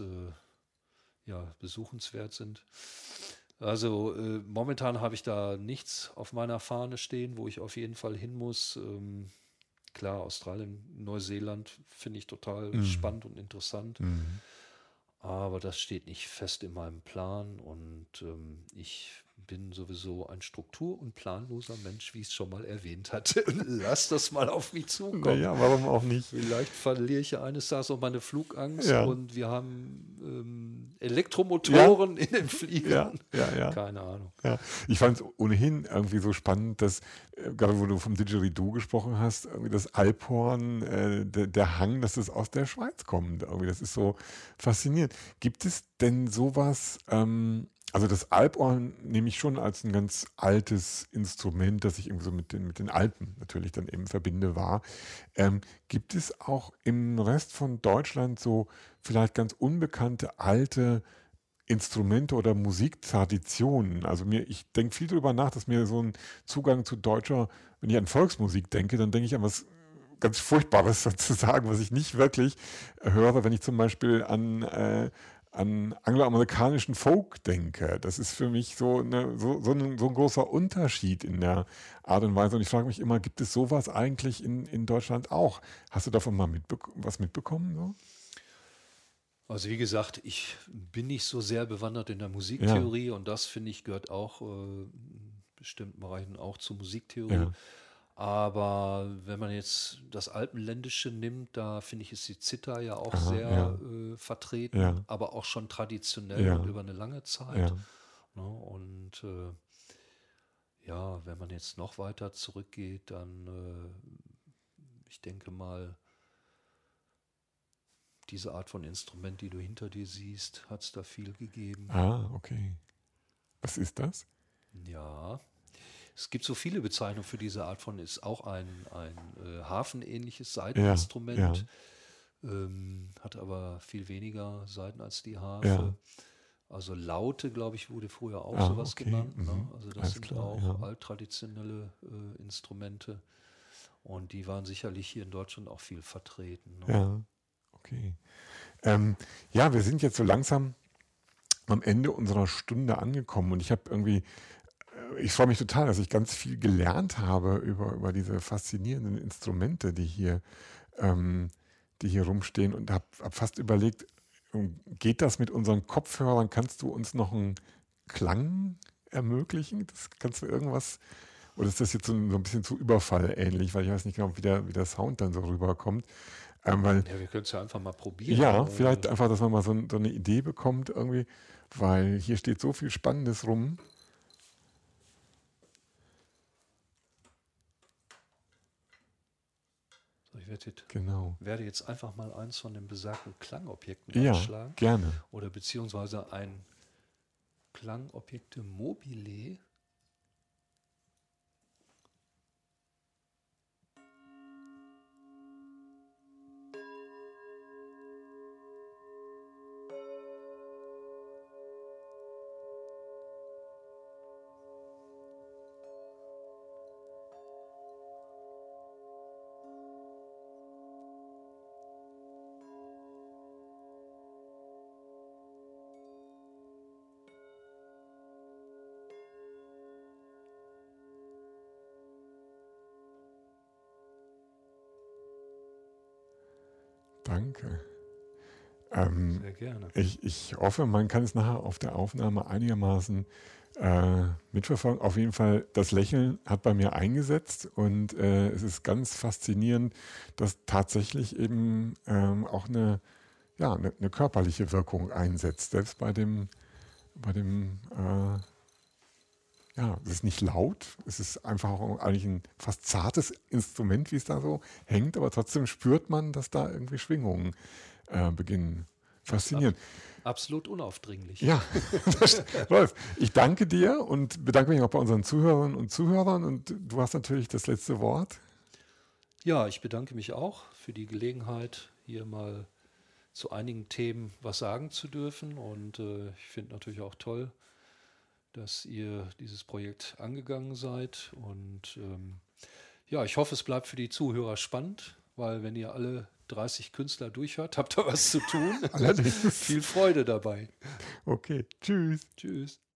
Speaker 2: ja, besuchenswert sind. Also momentan habe ich da nichts auf meiner Fahne stehen, wo ich auf jeden Fall hin muss. Klar, Australien, Neuseeland finde ich total
Speaker 1: Mhm.
Speaker 2: spannend und interessant.
Speaker 1: Mhm.
Speaker 2: Aber das steht nicht fest in meinem Plan und ich bin sowieso ein struktur- und planloser Mensch, wie ich es schon mal erwähnt hatte. Lass das mal auf mich zukommen.
Speaker 1: Naja, warum auch nicht?
Speaker 2: Vielleicht verliere ich ja eines Tages auch meine Flugangst
Speaker 1: Ja,
Speaker 2: und wir haben
Speaker 1: ja,
Speaker 2: Elektromotoren in den
Speaker 1: ja,
Speaker 2: Fliegern.
Speaker 1: ja.
Speaker 2: Keine Ahnung.
Speaker 1: Ja, ich fand es ohnehin irgendwie so spannend, dass, gerade wo du vom Didgeridoo gesprochen hast, irgendwie das Alphorn, der Hang, dass es aus der Schweiz kommt. Irgendwie, das ist so faszinierend. Gibt es denn sowas, also das Alphorn nehme ich schon als ein ganz altes Instrument, das ich irgendwie so mit den Alpen natürlich dann eben verbinde, war. Gibt es auch im Rest von Deutschland so vielleicht ganz unbekannte alte Instrumente oder Musiktraditionen? Also ich denke viel darüber nach, dass mir so ein Zugang zu deutscher, wenn ich an Volksmusik denke, dann denke ich an was ganz Furchtbares sozusagen, was ich nicht wirklich höre, wenn ich zum Beispiel an angloamerikanischen Folk denke. Das ist für mich so ein großer Unterschied in der Art und Weise. Und ich frage mich immer, gibt es sowas eigentlich in Deutschland auch? Hast du davon mal was mitbekommen? So?
Speaker 2: Also wie gesagt, ich bin nicht so sehr bewandert in der
Speaker 1: Ja,
Speaker 2: Musiktheorie und das finde ich gehört auch in bestimmten Bereichen auch zur Musiktheorie.
Speaker 1: ja,
Speaker 2: Aber wenn man jetzt das Alpenländische nimmt, da finde ich, ist die Zither ja auch
Speaker 1: aha,
Speaker 2: sehr
Speaker 1: ja,
Speaker 2: vertreten,
Speaker 1: ja,
Speaker 2: aber auch schon traditionell und
Speaker 1: ja,
Speaker 2: über eine lange Zeit.
Speaker 1: ja.
Speaker 2: Ne? Und ja, wenn man jetzt noch weiter zurückgeht, dann, ich denke mal, diese Art von Instrument, die du hinter dir siehst, hat es da viel gegeben.
Speaker 1: Ah, okay. Was ist das?
Speaker 2: Ja, es gibt so viele Bezeichnungen für diese Art von, ist auch ein harfenähnliches
Speaker 1: Ja, ja,
Speaker 2: Saiteninstrument, hat aber viel weniger Saiten als die
Speaker 1: ja.
Speaker 2: Harfe. Also Laute, glaube ich, wurde früher auch
Speaker 1: Ah,
Speaker 2: sowas
Speaker 1: okay.
Speaker 2: genannt. Ne?
Speaker 1: Mhm.
Speaker 2: Also das
Speaker 1: Alles
Speaker 2: sind
Speaker 1: klar,
Speaker 2: auch
Speaker 1: ja.
Speaker 2: alttraditionelle Instrumente und die waren sicherlich hier in Deutschland auch viel vertreten. Ne?
Speaker 1: Ja, okay. Ähm, ja, wir sind jetzt so langsam am Ende unserer Stunde angekommen und ich freue mich total, dass ich ganz viel gelernt habe über diese faszinierenden Instrumente, ähm, die hier rumstehen und hab fast überlegt, geht das mit unseren Kopfhörern? Kannst du uns noch einen Klang ermöglichen? Kannst du irgendwas, oder ist das jetzt so ein bisschen zu Überfall ähnlich, weil ich weiß nicht genau, wie der Sound dann so rüberkommt. Weil,
Speaker 2: Ja, wir können es ja einfach mal probieren.
Speaker 1: ja, vielleicht einfach, dass man mal so eine Idee bekommt irgendwie, weil hier steht so viel Spannendes rum.
Speaker 2: So, ich
Speaker 1: Genau.
Speaker 2: werde jetzt einfach mal eins von den besagten Klangobjekten
Speaker 1: Ja,
Speaker 2: anschlagen
Speaker 1: gerne.
Speaker 2: oder beziehungsweise ein Klangobjekte mobile.
Speaker 1: Danke. Ähm,
Speaker 2: Sehr gerne.
Speaker 1: ich hoffe, man kann es nachher auf der Aufnahme einigermaßen mitverfolgen. Auf jeden Fall, das Lächeln hat bei mir eingesetzt und es ist ganz faszinierend, dass tatsächlich eben auch eine ja, eine körperliche Wirkung einsetzt. Selbst bei dem ja, es ist nicht laut, es ist einfach auch eigentlich ein fast zartes Instrument, wie es da so hängt, aber trotzdem spürt man, dass da irgendwie Schwingungen beginnen.
Speaker 2: Das ist
Speaker 1: Faszinierend.
Speaker 2: absolut unaufdringlich.
Speaker 1: Ja, Rolf, ich danke dir und bedanke mich auch bei unseren Zuhörerinnen und Zuhörern und du hast natürlich das letzte Wort.
Speaker 2: Ja, ich bedanke mich auch für die Gelegenheit, hier mal zu einigen Themen was sagen zu dürfen. Und ich finde natürlich auch toll, dass ihr dieses Projekt angegangen seid. Und ja, ich hoffe, es bleibt für die Zuhörer spannend, weil wenn ihr alle 30 Künstler durchhört, habt ihr was zu tun.
Speaker 1: Allerdings.
Speaker 2: Viel Freude dabei.
Speaker 1: Okay, tschüss.
Speaker 2: Tschüss.